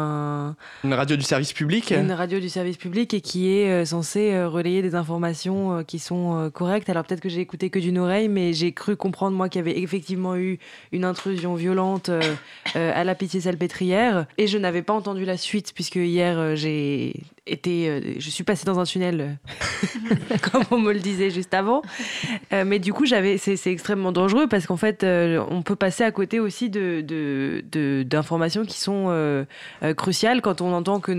une radio du service public. Une radio du service public et qui est censée relayer des informations qui sont correctes. Alors peut-être que j'ai écouté que d'une oreille, mais j'ai cru comprendre moi qu'il y avait effectivement eu une intrusion violente à la Pitié-Salpêtrière, et je n'avais pas entendu la suite puisque hier je suis passée dans un tunnel comme on me le disait juste avant, mais du coup c'est extrêmement dangereux parce qu'en fait on peut passer à côté aussi d'informations qui sont cruciales quand on entend que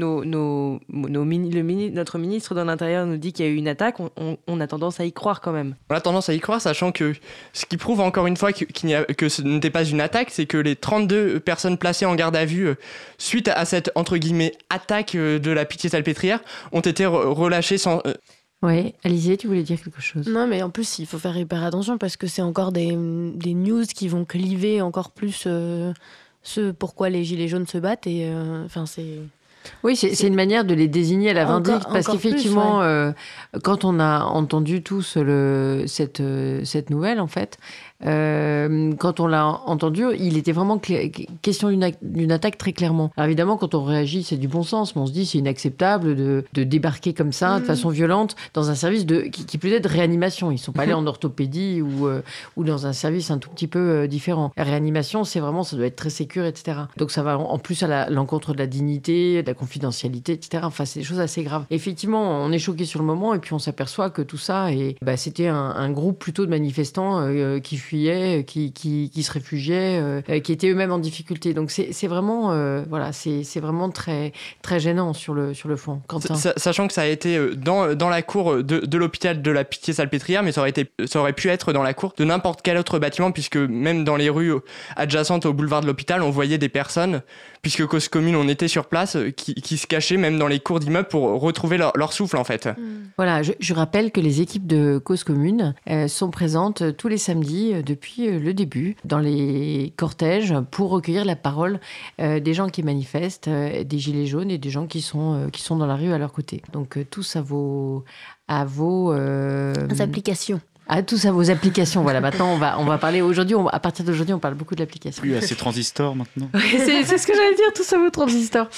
notre ministre de l'Intérieur nous dit qu'il y a eu une attaque. On a tendance à y croire quand même. On a tendance à y croire, sachant que ce qui prouve encore une fois que ce n'était pas une attaque, c'est que les 32 personnes placées en garde à vue suite à cette entre guillemets attaque de la Pitié-Salpêtrière ont été relâchées sans... Oui, Alizée, tu voulais dire quelque chose ? Non, mais en plus, il faut faire hyper attention parce que c'est encore des news qui vont cliver encore plus ce pourquoi les gilets jaunes se battent. Et c'est... Oui, c'est une manière de les désigner à la vindicte, parce qu'effectivement, quand on a entendu tous cette nouvelle, en fait, quand on l'a entendu, il était vraiment question d'une attaque très clairement. Alors évidemment, quand on réagit, c'est du bon sens, mais on se dit c'est inacceptable de débarquer comme ça, de façon violente, dans un service qui peut être de réanimation. Ils ne sont pas allés en orthopédie ou dans un service un tout petit peu différent. La réanimation, c'est vraiment, ça doit être très sécure, etc. Donc ça va en plus à l'encontre de la dignité, de la confidentialité, etc. Enfin, c'est des choses assez graves. Effectivement, on est choqué sur le moment, et puis on s'aperçoit que tout ça, c'était un groupe plutôt de manifestants qui fuyaient, qui se réfugiaient, qui étaient eux-mêmes en difficulté. Donc c'est vraiment, c'est vraiment très, très gênant sur le fond. Quentin. Sachant que ça a été dans la cour de l'hôpital de la Pitié-Salpêtrière, mais ça aurait pu être dans la cour de n'importe quel autre bâtiment, puisque même dans les rues adjacentes au boulevard de l'hôpital, on voyait des personnes, puisque Cause Commune, on était sur place, qui se cachaient même dans les cours d'immeubles pour retrouver leur souffle, en fait. Voilà, je rappelle que les équipes de Cause Commune sont présentes tous les samedis depuis le début dans les cortèges pour recueillir la parole des gens qui manifestent, des gilets jaunes et des gens qui sont dans la rue à leur côté. Donc tous à vos applications. Ah, tout ça, vos applications. Voilà, maintenant, on va parler aujourd'hui. À partir d'aujourd'hui, on parle beaucoup de l'application. Plus à ces transistors maintenant. c'est ce que j'allais dire, tout ça, vos transistors.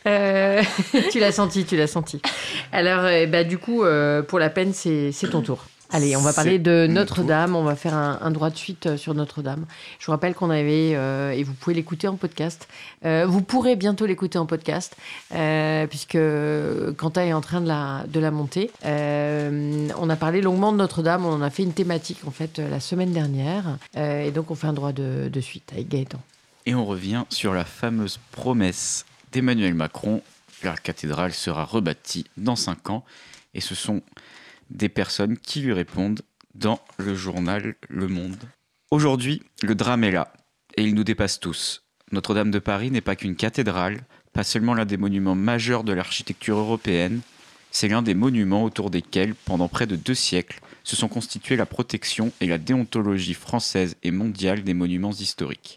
Tu l'as senti. Alors, du coup, pour la peine, c'est ton tour. Allez, on va parler de Notre-Dame. On va faire un droit de suite sur Notre-Dame. Je vous rappelle qu'on avait, et vous pouvez l'écouter en podcast. Vous pourrez bientôt l'écouter en podcast, puisque Quentin est en train de la monter. On a parlé longuement de Notre-Dame. On en a fait une thématique, en fait, la semaine dernière. Et donc, on fait un droit de suite avec Gaëtan. Et on revient sur la fameuse promesse d'Emmanuel Macron. La cathédrale sera rebâtie dans 5 ans. Et ce sont des personnes qui lui répondent dans le journal Le Monde. Aujourd'hui, le drame est là, et il nous dépasse tous. Notre-Dame de Paris n'est pas qu'une cathédrale, pas seulement l'un des monuments majeurs de l'architecture européenne, c'est l'un des monuments autour desquels, pendant près de 2 siècles, se sont constituées la protection et la déontologie française et mondiale des monuments historiques.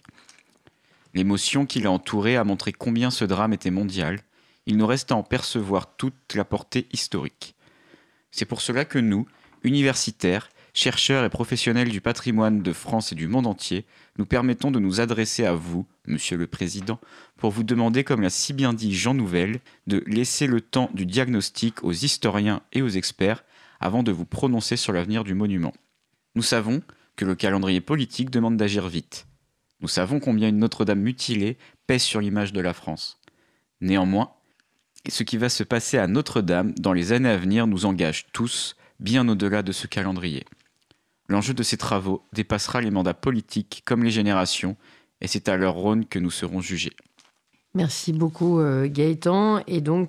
L'émotion qui l'a entouré a montré combien ce drame était mondial. Il nous reste à en percevoir toute la portée historique. C'est pour cela que nous, universitaires, chercheurs et professionnels du patrimoine de France et du monde entier, nous permettons de nous adresser à vous, Monsieur le Président, pour vous demander, comme l'a si bien dit Jean Nouvel, de laisser le temps du diagnostic aux historiens et aux experts avant de vous prononcer sur l'avenir du monument. Nous savons que le calendrier politique demande d'agir vite. Nous savons combien une Notre-Dame mutilée pèse sur l'image de la France. Néanmoins, ce qui va se passer à Notre-Dame dans les années à venir nous engage tous, bien au-delà de ce calendrier. L'enjeu de ces travaux dépassera les mandats politiques comme les générations, et c'est à leur rôle que nous serons jugés. Merci beaucoup Gaëtan. Et donc,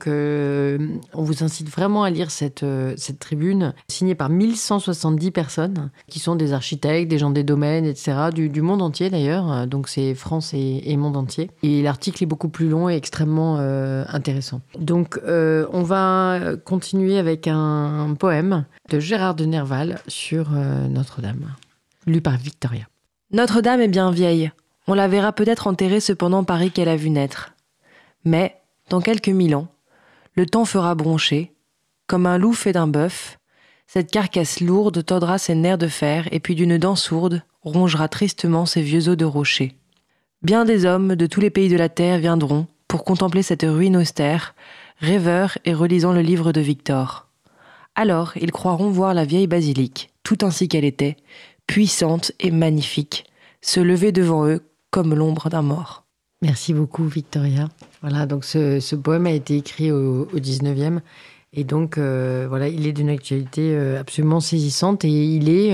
on vous incite vraiment à lire cette tribune signée par 1170 personnes qui sont des architectes, des gens des domaines, etc., du monde entier d'ailleurs. Donc, c'est France et monde entier. Et l'article est beaucoup plus long et extrêmement intéressant. Donc, on va continuer avec un poème de Gérard de Nerval sur Notre-Dame, lu par Victoria. Notre-Dame est bien vieille. On la verra peut-être enterrer cependant Paris qu'elle a vu naître. Mais, dans quelques 1000 ans, le temps fera broncher, comme un loup fait d'un bœuf, cette carcasse lourde tordra ses nerfs de fer et puis d'une dent sourde rongera tristement ses vieux os de rocher. Bien des hommes de tous les pays de la terre viendront pour contempler cette ruine austère, rêveurs et relisant le livre de Victor. Alors, ils croiront voir la vieille basilique, tout ainsi qu'elle était, puissante et magnifique, se lever devant eux comme l'ombre d'un mort. Merci beaucoup, Victoria. Voilà, donc ce poème a été écrit au 19e. Et donc, voilà, il est d'une actualité absolument saisissante. Et il est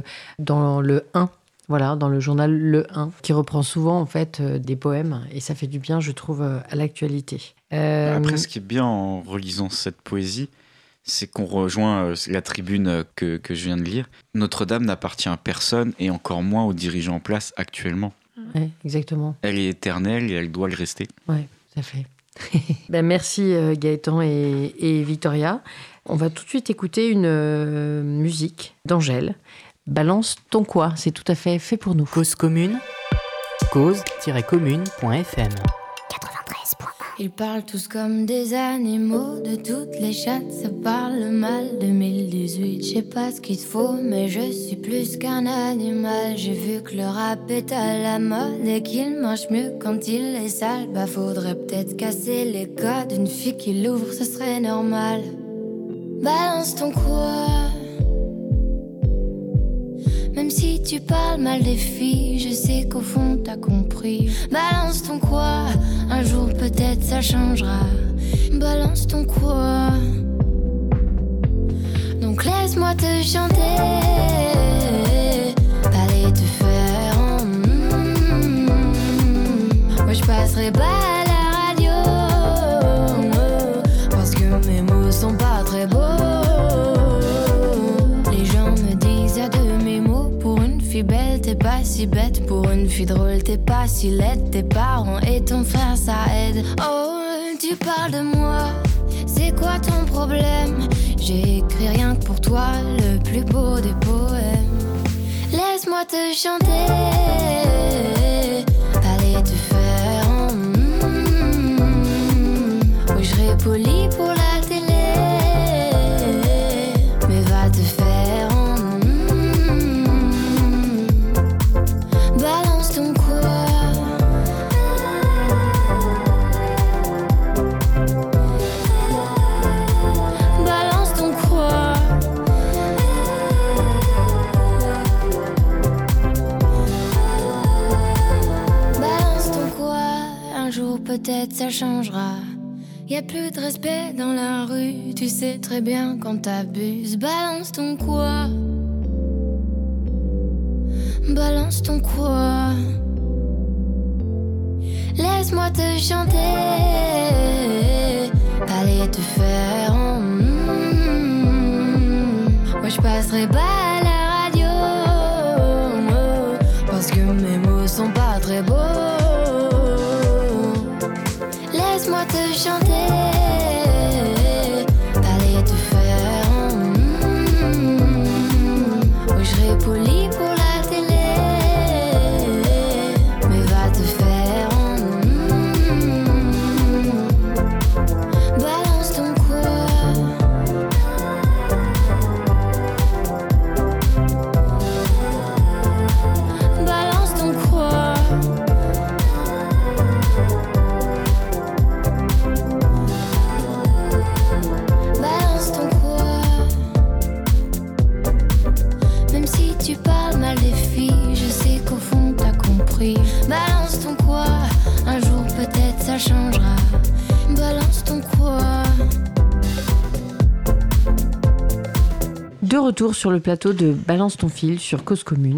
dans le 1, voilà, dans le journal Le 1, qui reprend souvent, en fait, des poèmes. Et ça fait du bien, je trouve, à l'actualité. Après, ce qui est bien en relisant cette poésie, c'est qu'on rejoint la tribune que je viens de lire. Notre-Dame n'appartient à personne et encore moins aux dirigeants en place actuellement. Oui, exactement. Elle est éternelle et elle doit le rester. Oui, tout à fait. Merci Gaëtan et Victoria. On va tout de suite écouter une musique d'Angèle. Balance ton quoi, c'est tout à fait pour nous. Cause commune, cause-commune.fm. Ils parlent tous comme des animaux, de toutes les chattes, ça parle mal. 2018, je sais pas ce qu'il te faut, mais je suis plus qu'un animal. J'ai vu que le rap est à la mode et qu'il mange mieux quand il est sale. Bah faudrait peut-être casser les codes, une fille qui l'ouvre, ce serait normal. Balance ton quoi. Même si tu parles mal des filles, je sais qu'au fond t'as compris. Balance ton quoi, un jour peut-être ça changera. Balance ton quoi. Donc laisse-moi te chanter, aller te faire Moi je passerai pas à la radio, parce que mes mots sont pas très beaux. Les gens me disent à demi-mot, pour une fille belle t'es pas si bête, pour une fille drôle t'es pas si laide. Tes parents et ton frère ça aide. Oh, tu parles de moi, c'est quoi ton problème? J'ai écrit rien que pour toi, le plus beau des poèmes. Laisse-moi te chanter, aller te faire Oui, je serai poli pour la télé, mais va te faire peut-être ça changera. Y a plus de respect dans la rue, tu sais très bien quand t'abuses. Balance ton quoi? Balance ton quoi? Laisse-moi te chanter, aller te faire Moi je passerai pas à la radio, parce que mes mots sont pas très beaux. Laisse-moi te chanter, aller te faire Oui je serai poli pour la télé, mais va te faire balance ton quoi? Balance ton quoi? Balance ton quoi? Même si tu parles mal des filles, je sais qu'au fond t'as compris. Balance ton quoi? Un jour peut-être ça changera. Balance ton quoi? De retour sur le plateau de Balance ton fil sur Cause Commune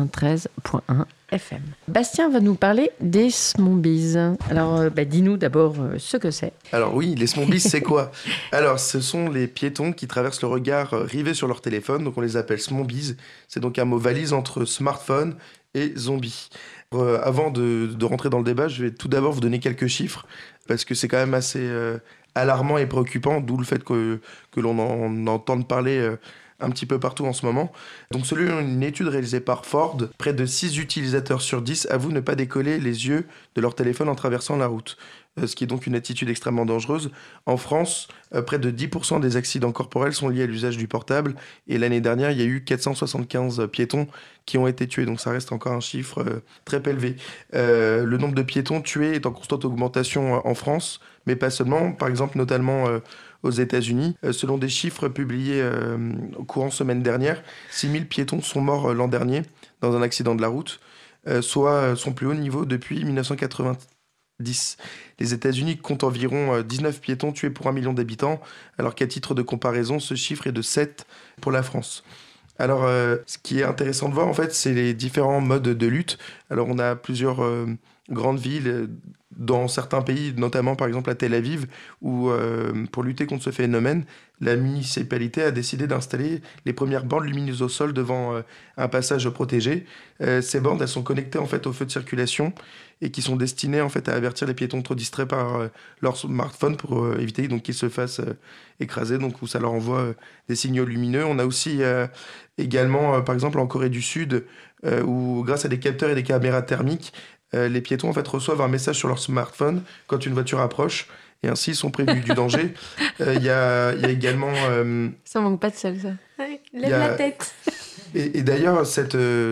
93.1 FM. Bastien va nous parler des Smombies. Alors, dis-nous d'abord ce que c'est. Alors oui, les Smombies, c'est quoi? Alors, ce sont les piétons qui traversent le regard rivé sur leur téléphone, donc on les appelle Smombies. C'est donc un mot valise entre smartphone et zombie. Avant de rentrer dans le débat, je vais tout d'abord vous donner quelques chiffres, parce que c'est quand même assez alarmant et préoccupant, d'où le fait que l'on en entende parler un petit peu partout en ce moment. Donc selon une étude réalisée par Ford, près de 6 utilisateurs sur 10 avouent ne pas décoller les yeux de leur téléphone en traversant la route, ce qui est donc une attitude extrêmement dangereuse. En France, près de 10% des accidents corporels sont liés à l'usage du portable, et l'année dernière, il y a eu 475 piétons qui ont été tués, donc ça reste encore un chiffre très élevé. Le nombre de piétons tués est en constante augmentation en France, mais pas seulement, par exemple notamment aux États-Unis. Selon des chiffres publiés au courant semaine dernière, 6000 piétons sont morts l'an dernier dans un accident de la route, soit son plus haut niveau depuis 1990. Les États-Unis comptent environ 19 piétons tués pour 1 million d'habitants, alors qu'à titre de comparaison, ce chiffre est de 7 pour la France. Alors, ce qui est intéressant de voir, en fait, c'est les différents modes de lutte. Alors, on a plusieurs grandes villes dans certains pays, notamment par exemple à Tel Aviv, où pour lutter contre ce phénomène, la municipalité a décidé d'installer les premières bandes lumineuses au sol devant un passage protégé. Ces bandes, elles sont connectées en fait au feu de circulation et qui sont destinées en fait à avertir les piétons trop distraits par leur smartphone pour éviter donc qu'ils se fassent écraser, donc où ça leur envoie des signaux lumineux. On a aussi également, par exemple en Corée du Sud, où grâce à des capteurs et des caméras thermiques, les piétons en fait reçoivent un message sur leur smartphone quand une voiture approche, et ainsi ils sont prévenus du danger. Il y a également... Ça manque pas de sel, ça. Lève la tête. Et d'ailleurs, cette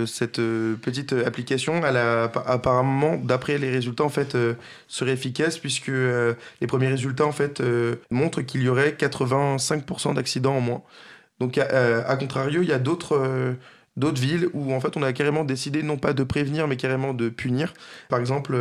petite application, elle a apparemment, d'après les résultats, en fait, serait efficace, puisque les premiers résultats en fait, montrent qu'il y aurait 85% d'accidents en moins. Donc, à contrario, il y a d'autres villes où en fait on a carrément décidé non pas de prévenir mais carrément de punir. Par exemple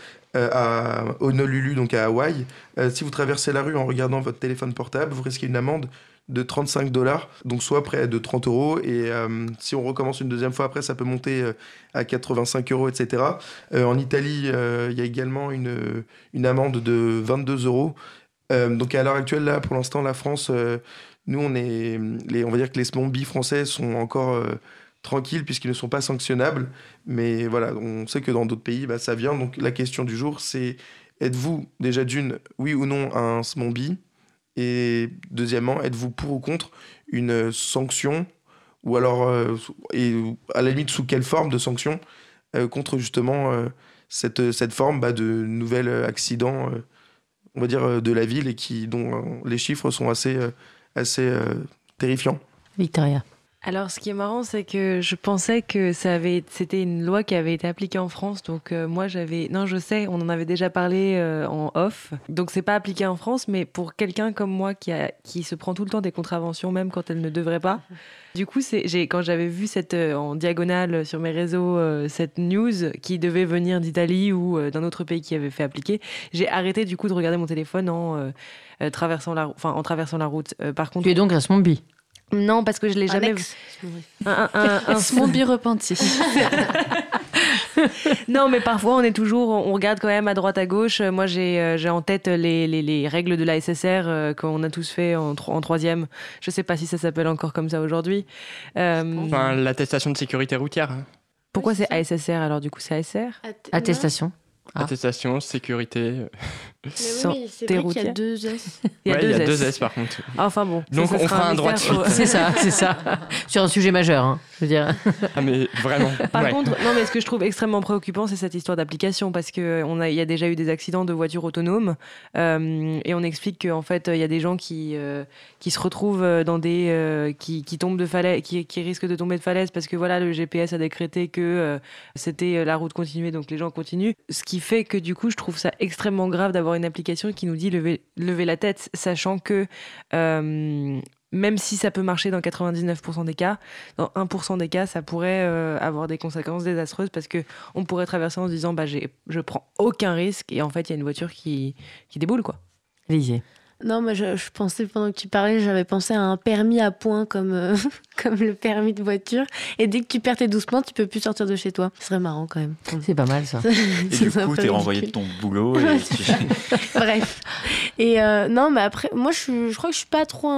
à Honolulu, donc à Hawaï, si vous traversez la rue en regardant votre téléphone portable, vous risquez une amende de $35, donc soit près de 30 €, et si on recommence une deuxième fois après, ça peut monter à 85 €, etc. En Italie, il y a également une amende de 22 €. Donc à l'heure actuelle, là, pour l'instant, la France, nous, on va dire que les Smombies français sont encore tranquilles puisqu'ils ne sont pas sanctionnables. Mais voilà, on sait que dans d'autres pays, ça vient. Donc la question du jour, c'est: êtes-vous déjà d'une, oui ou non, un Smombie? Et deuxièmement, êtes-vous pour ou contre une sanction? Ou alors, et à la limite, sous quelle forme de sanction contre justement cette forme de nouvel accident, on va dire, de la ville, et dont les chiffres sont assez terrifiants. Victoria. Alors, ce qui est marrant, c'est que je pensais que c'était une loi qui avait été appliquée en France. Donc, moi, non, je sais, on en avait déjà parlé en off. Donc, c'est pas appliqué en France, mais pour quelqu'un comme moi qui se prend tout le temps des contraventions, même quand elle ne devrait pas. Du coup, quand j'avais vu en diagonale sur mes réseaux cette news qui devait venir d'Italie ou d'un autre pays qui avait fait appliquer, j'ai arrêté du coup de regarder mon téléphone en traversant la route. Par contre, Tu es donc un zombie. Non, parce que je l'ai jamais vu. Un zombie repenti. Non, mais parfois on regarde quand même à droite à gauche. Moi, j'ai en tête les règles de la SSR qu'on a tous fait en troisième. Je sais pas si ça s'appelle encore comme ça aujourd'hui. L'attestation de sécurité routière. Pourquoi c'est ASSR alors du coup c'est ASR Attestation. Attestation, sécurité. Mais oui, c'est vrai qu'il y a 2 S. Il y a deux S par contre. Enfin bon. Donc on fera un droit de suite. C'est ça. Sur un sujet majeur, hein, je veux dire. Ah mais vraiment. Par contre, non, mais ce que je trouve extrêmement préoccupant, c'est cette histoire d'application parce que il y a déjà eu des accidents de voitures autonomes et on explique qu'en fait il y a des gens qui se retrouvent dans qui tombent de falaise, qui risquent de tomber de falaise parce que voilà le GPS a décrété que c'était la route continuée, donc les gens continuent. Ce qui fait que du coup, je trouve ça extrêmement grave d'avoir une application qui nous dit lever la tête, sachant que même si ça peut marcher dans 99% des cas, dans 1% des cas, ça pourrait avoir des conséquences désastreuses parce qu'on pourrait traverser en se disant je prends aucun risque et en fait, il y a une voiture qui déboule, quoi. Lisez. Non, mais je pensais, pendant que tu parlais, j'avais pensé à un permis à points comme le permis de voiture. Et dès que tu perds tes 12 points, tu peux plus sortir de chez toi. Ce serait marrant quand même. C'est pas mal ça. Et du coup, t'es renvoyé de ton boulot. Bref. Et non, mais après, moi, je crois que je suis pas trop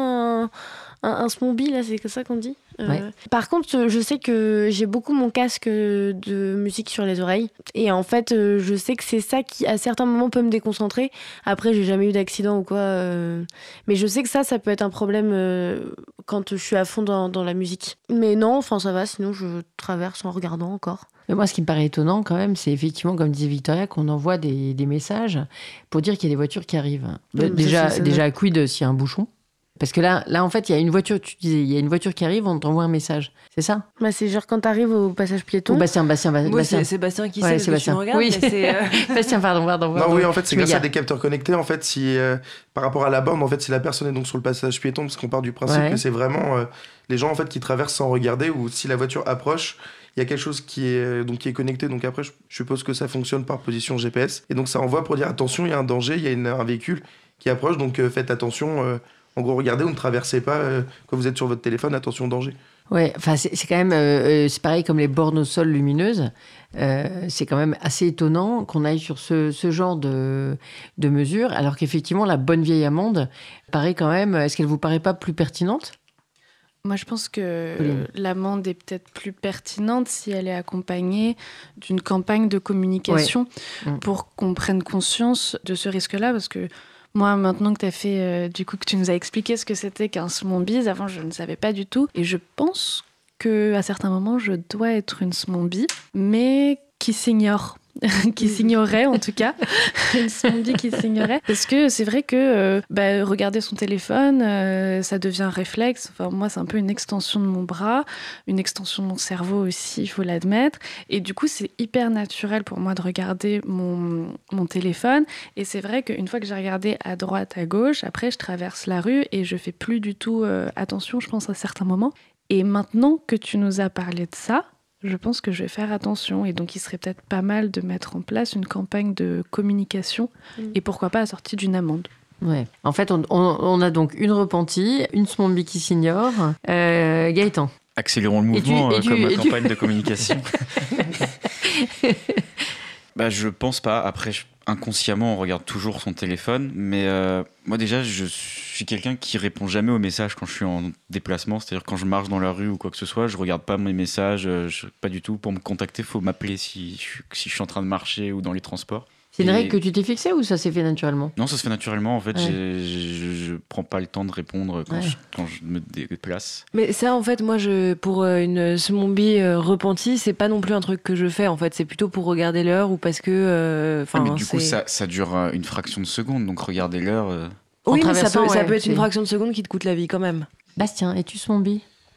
un zombie, là, c'est ça qu'on dit. Ouais. Par contre, je sais que j'ai beaucoup mon casque de musique sur les oreilles. Et en fait, je sais que c'est ça qui, à certains moments, peut me déconcentrer. Après, j'ai jamais eu d'accident ou quoi. Mais je sais que ça peut être un problème quand je suis à fond dans la musique. Mais non, enfin, ça va. Sinon, je traverse en regardant encore. Mais moi, ce qui me paraît étonnant quand même, c'est effectivement, comme disait Victoria, qu'on envoie des messages pour dire qu'il y a des voitures qui arrivent. Déjà, à quid s'il y a un bouchon? Parce que là, en fait, il y a une voiture, tu disais, il y a une voiture qui arrive, on t'envoie un message. C'est ça? Bah, c'est genre quand t'arrives au passage piéton. Ou Bastien. Oui, c'est Sébastien qui sait, Sébastien. Tu me regardes, oui. Mais c'est... Bastien, pardon. Non, oui, en fait, c'est grâce à des capteurs connectés. En fait, si, par rapport à la borne, en fait, si la personne est donc sur le passage piéton, parce qu'on part du principe que c'est vraiment les gens en fait, qui traversent sans regarder, ou si la voiture approche, il y a quelque chose qui est connecté. Donc après, je suppose que ça fonctionne par position GPS. Et donc ça envoie pour dire attention, il y a un danger, il y a un véhicule qui approche, donc faites attention. En gros, regardez ou ne traversez pas quand vous êtes sur votre téléphone, attention danger. Ouais, enfin c'est quand même c'est pareil comme les bornes au sol lumineuses. C'est quand même assez étonnant qu'on aille sur ce genre de mesures, alors qu'effectivement la bonne vieille amende paraît quand même. Est-ce qu'elle vous paraît pas plus pertinente? Moi, je pense que l'amende est peut-être plus pertinente si elle est accompagnée d'une campagne de communication pour qu'on prenne conscience de ce risque-là, parce que moi, maintenant que tu as fait, du coup, que tu nous as expliqué ce que c'était qu'un zombie, avant, je ne savais pas du tout. Et je pense qu'à certains moments, je dois être une zombie, mais qui s'ignore. Qui s'ignorait en tout cas, une zombie qui s'ignorait, parce que c'est vrai que regarder son téléphone, ça devient un réflexe. Enfin, moi, c'est un peu une extension de mon bras, une extension de mon cerveau aussi, il faut l'admettre, et du coup c'est hyper naturel pour moi de regarder mon téléphone. Et c'est vrai qu'une fois que j'ai regardé à droite, à gauche, après je traverse la rue et je fais plus du tout attention, je pense, à certains moments. Et maintenant que tu nous as parlé de ça, je pense que je vais faire attention. Et donc, il serait peut-être pas mal de mettre en place une campagne de communication et pourquoi pas assortie d'une amende. Ouais. En fait, on a donc une repentie, une zombie qui s'ignore. Gaëtan. Accélérons le mouvement comme campagne de communication. Je pense pas. Après, inconsciemment, on regarde toujours son téléphone. Mais moi, déjà, je suis quelqu'un qui répond jamais aux messages quand je suis en déplacement. C'est-à-dire quand je marche dans la rue ou quoi que ce soit, je regarde pas mes messages. Pas du tout. Pour me contacter, il faut m'appeler si je suis en train de marcher ou dans les transports. C'est une règle que tu t'es fixée ou ça s'est fait naturellement? Non, ça se fait naturellement. En fait, je prends pas le temps de répondre quand je me déplace. Mais ça, en fait, moi, pour une zombie repentie, c'est pas non plus un truc que je fais. En fait, c'est plutôt pour regarder l'heure ou parce que. Mais du coup, ça dure une fraction de seconde. Donc, regarder l'heure. Oui, mais ça peut être une fraction de seconde qui te coûte la vie quand même. Bastien, es-tu zombie?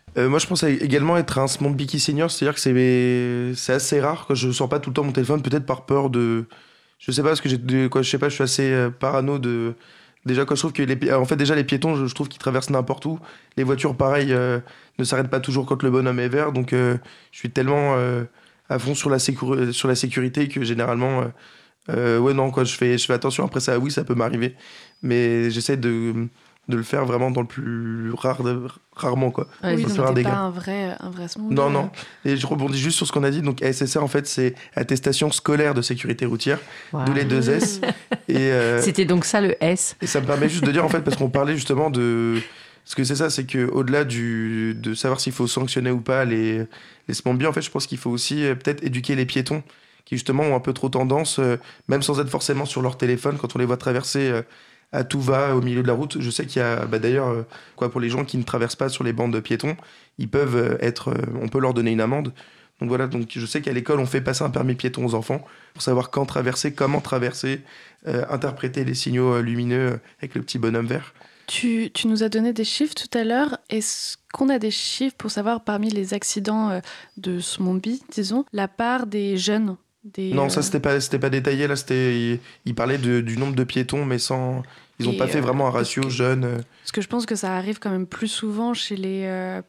Moi, je pense également être un Small Bicky Senior, c'est-à-dire que c'est assez rare que je sors pas tout le temps mon téléphone, peut-être par peur de... Je sais pas, parce que je suis assez parano de... Déjà, quand je trouve que en fait, déjà, les piétons, je trouve qu'ils traversent n'importe où. Les voitures, pareil, ne s'arrêtent pas toujours quand le bonhomme est vert. Donc, je suis tellement à fond sur la sécurité que généralement, ouais, non, quoi, je fais attention. Après ça, oui, ça peut m'arriver. Mais j'essaie de le faire vraiment dans le plus rarement, quoi. Ouais, oui, donc t'es pas un vrai smoothie. Non. Et je rebondis juste sur ce qu'on a dit. Donc, SSR, en fait, c'est Attestation scolaire de sécurité routière, d'où les 2 S. Et, c'était donc ça, le S. Et ça me permet juste de dire, en fait, parce qu'on parlait justement de... Parce que c'est ça, c'est qu'au-delà de savoir s'il faut sanctionner ou pas les small-biens, en fait, je pense qu'il faut aussi peut-être éduquer les piétons qui, justement, ont un peu trop tendance, même sans être forcément sur leur téléphone, quand on les voit traverser... à tout va au milieu de la route. Je sais qu'il y a d'ailleurs pour les gens qui ne traversent pas sur les bandes de piétons, ils peuvent on peut leur donner une amende. Donc voilà, donc je sais qu'à l'école on fait passer un permis piéton aux enfants pour savoir quand traverser, comment traverser, interpréter les signaux lumineux avec le petit bonhomme vert. Tu nous as donné des chiffres tout à l'heure. Est-ce qu'on a des chiffres pour savoir parmi les accidents de Smombi, disons, la part des jeunes? Non, ça c'était pas détaillé, là il parlait du nombre de piétons, mais sans... Ils n'ont pas fait vraiment un ratio jeune. Parce que je pense que ça arrive quand même plus souvent chez les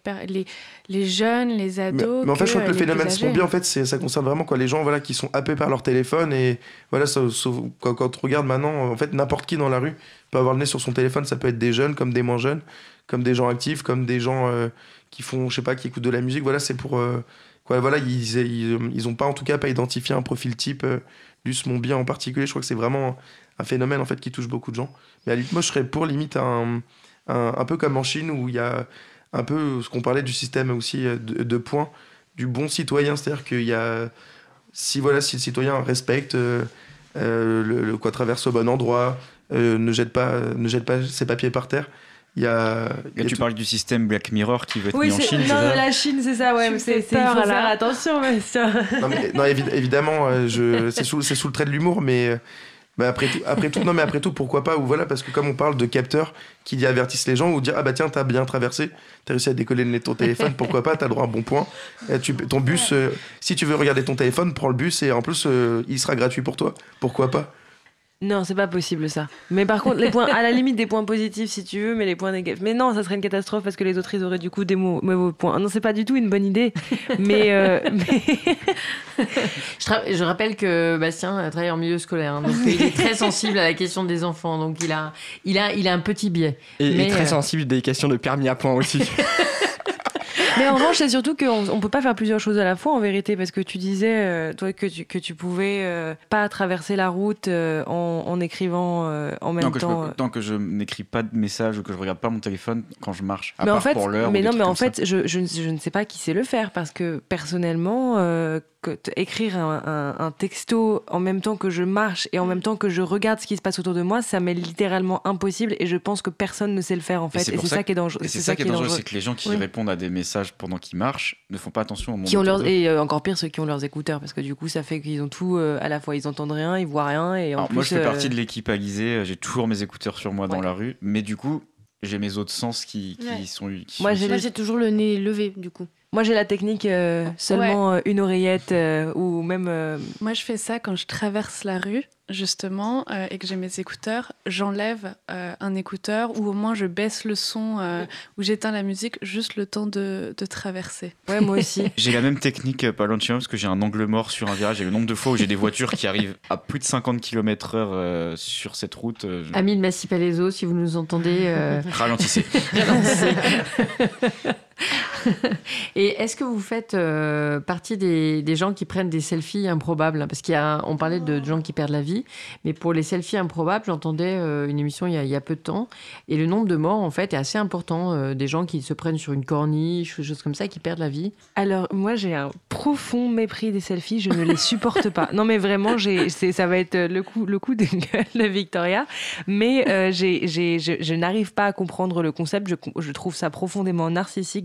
jeunes, les ados. Mais en fait, je crois que le phénomène Smombi, en fait, ça concerne vraiment les gens qui sont happés par leur téléphone. Et voilà, quand on regarde maintenant, en fait, n'importe qui dans la rue peut avoir le nez sur son téléphone. Ça peut être des jeunes, comme des moins jeunes, comme des gens actifs, comme des gens qui font, je sais pas, qui écoutent de la musique. Voilà, c'est pour... voilà, ils ont pas, en tout cas, pas identifié un profil type du Smombi en particulier. Je crois que c'est vraiment un phénomène en fait qui touche beaucoup de gens. Mais à limite, moi je serais pour limite un peu comme en Chine où il y a un peu ce qu'on parlait du système aussi de points du bon citoyen, c'est-à-dire qu'il y a si le citoyen respecte traverse au bon endroit, ne jette pas ses papiers par terre. Tu parles du système Black Mirror qui veut être mis en Chine, c'est ça ? La Chine, c'est ça, ouais. Il faut faire attention, mais non, évidemment, c'est sous le trait de l'humour, mais après tout, pourquoi pas ? Ou voilà, parce que comme on parle de capteurs qui avertissent les gens, ou dire ah bah tiens, t'as bien traversé, t'as réussi à décoller le nez de ton téléphone, pourquoi pas ? T'as le droit à un bon point. Ton bus, si tu veux regarder ton téléphone, prends le bus et en plus, il sera gratuit pour toi. Pourquoi pas ? Non, c'est pas possible ça. Mais par contre, les points, à la limite des points positifs si tu veux, mais les points négatifs. Mais non, ça serait une catastrophe parce que les autres ils auraient du coup des mauvais points. Non, c'est pas du tout une bonne idée. Mais je rappelle que Bastien travaille en milieu scolaire, donc il est très sensible à la question des enfants, donc il a un petit biais. Et très sensible des questions de permis à points aussi. Mais en revanche, c'est surtout qu'on peut pas faire plusieurs choses à la fois en vérité, parce que tu disais toi que tu pouvais pas traverser la route en écrivant en même temps. Tant que je n'écris pas de message ou que je regarde pas mon téléphone quand je marche, mais part pour l'heure. Mais non, mais en fait, je ne sais pas qui sait le faire, parce que personnellement, écrire un texto en même temps que je marche et en même temps que je regarde ce qui se passe autour de moi, ça m'est littéralement impossible, et je pense que personne ne sait le faire en fait. Et c'est ça qui est dangereux. C'est ça qui est dangereux, c'est que les gens qui répondent à des messages pendant qu'ils marchent ne font pas attention au monde et encore pire ceux qui ont leurs écouteurs, parce que du coup ça fait qu'ils ont tout à la fois, ils entendent rien, ils voient rien, et en plus moi je fais partie de l'équipe Alisée, j'ai toujours mes écouteurs sur moi dans la rue, mais du coup j'ai mes autres sens qui sont moi j'ai toujours le nez levé du coup. Moi, j'ai la technique seulement une oreillette ou même... Moi, je fais ça quand je traverse la rue, justement, et que j'ai mes écouteurs. J'enlève un écouteur, ou au moins je baisse le son ou j'éteins la musique juste le temps de traverser. Ouais, moi aussi. J'ai la même technique pas loin de chez moi, parce que j'ai un angle mort sur un virage, et le nombre de fois où j'ai des voitures qui arrivent à plus de 50 km/h sur cette route... Amis de Massy-Palaiseau, si vous nous entendez... Ralentissez. Et est-ce que vous faites partie des gens qui prennent des selfies improbables ? Parce qu'on parlait de gens qui perdent la vie, mais pour les selfies improbables, j'entendais une émission il y a peu de temps, et le nombre de morts en fait est assez important, des gens qui se prennent sur une corniche, des choses comme ça, qui perdent la vie. Alors moi j'ai un profond mépris des selfies, je ne les supporte pas. Non mais vraiment, ça va être le coup de gueule de Victoria, mais je n'arrive pas à comprendre le concept, je trouve ça profondément narcissique. D'ailleurs c'est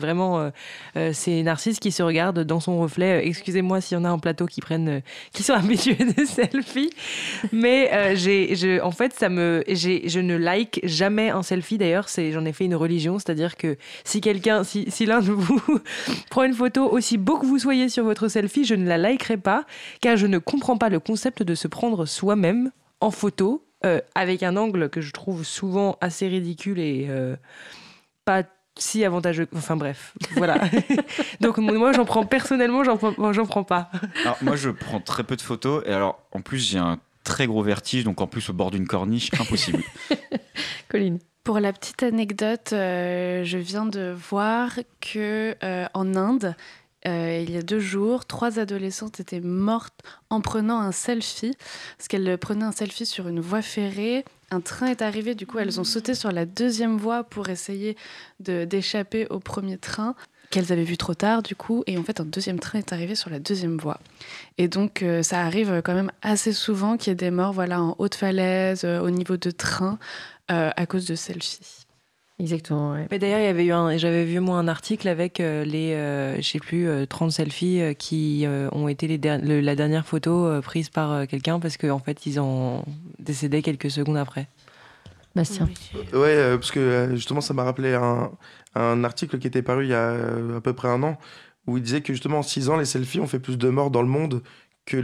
vraiment c'est Narcisse qui se regarde dans son reflet. Excusez-moi s'il y en a en plateau qui sont habitués des selfies, mais en fait je ne like jamais un selfie. D'ailleurs, j'en ai fait une religion, c'est-à-dire que si l'un de vous prend une photo aussi beau que vous soyez sur votre selfie, je ne la likerai pas, car je ne comprends pas le concept de se prendre soi-même en photo avec un angle que je trouve souvent assez ridicule et pas si avantageux. Enfin bref, voilà. Donc moi j'en prends pas. Alors moi je prends très peu de photos et alors en plus j'ai un très gros vertige, donc en plus au bord d'une corniche, impossible. Colline. Pour la petite anecdote, je viens de voir que en Inde, il y a 2 jours, 3 adolescentes étaient mortes en prenant un selfie, parce qu'elles prenaient un selfie sur une voie ferrée. Un train est arrivé, du coup elles ont sauté sur la 2e voie pour essayer d'échapper au premier train, qu'elles avaient vu trop tard du coup, et en fait un 2e train est arrivé sur la 2e voie. Et donc ça arrive quand même assez souvent qu'il y ait des morts en haute falaise, au niveau de train, à cause de selfies. Exactement, ouais. Mais d'ailleurs, j'avais vu moi un article avec les 30 selfies qui ont été la dernière photo prise par quelqu'un parce qu'en fait, ils ont décédé quelques secondes après. Bastien. Ouais, parce que justement, ça m'a rappelé un article qui était paru il y a à peu près 1 an où il disait que justement, en 6 ans, les selfies ont fait plus de morts dans le monde que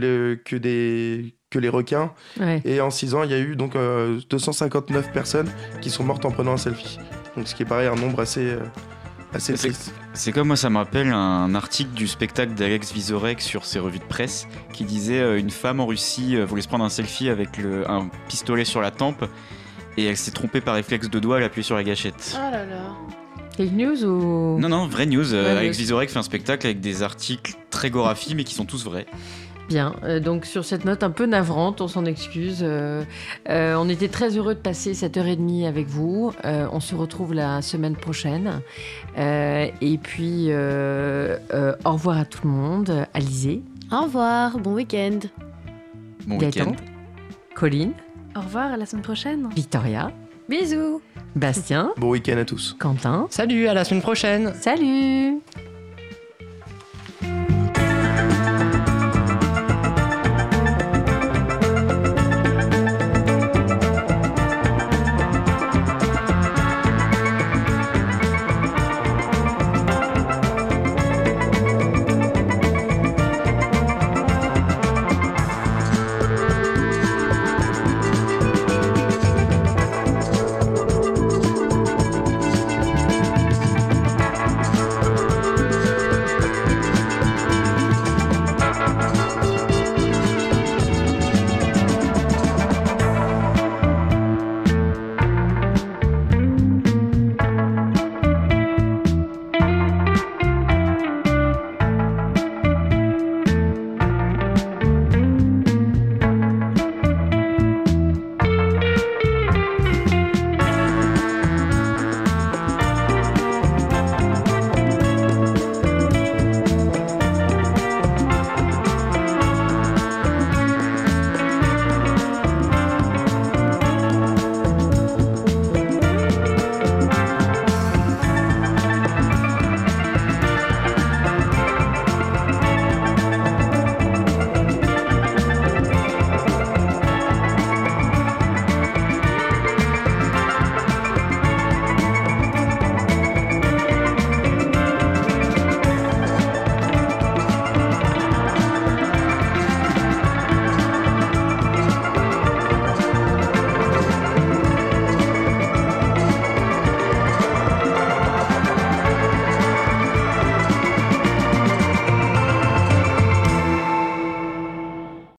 les requins. Ouais. Et en 6 ans, il y a eu donc 259 personnes qui sont mortes en prenant un selfie. Donc ce qui est pareil, un nombre assez triste. C'est comme moi, ça me rappelle un article du spectacle d'Alex Vizorek sur ses revues de presse qui disait une femme en Russie voulait se prendre un selfie avec un pistolet sur la tempe et elle s'est trompée par réflexe de doigt, elle a appuyé sur la gâchette. Oh là là. Fake news ou... Non, vraie news. Alex news. Vizorek fait un spectacle avec des articles très gorafi mais qui sont tous vrais. Bien, donc sur cette note un peu navrante, on s'en excuse. On était très heureux de passer cette 1h30 avec vous. On se retrouve la semaine prochaine. Et puis, au revoir à tout le monde. Alizé. Au revoir, bon week-end. Bon Gaëtan. week-end. Colline. Au revoir, à la semaine prochaine. Victoria. Bisous. Bastien. Bon week-end à tous. Quentin. Salut, à la semaine prochaine. Salut.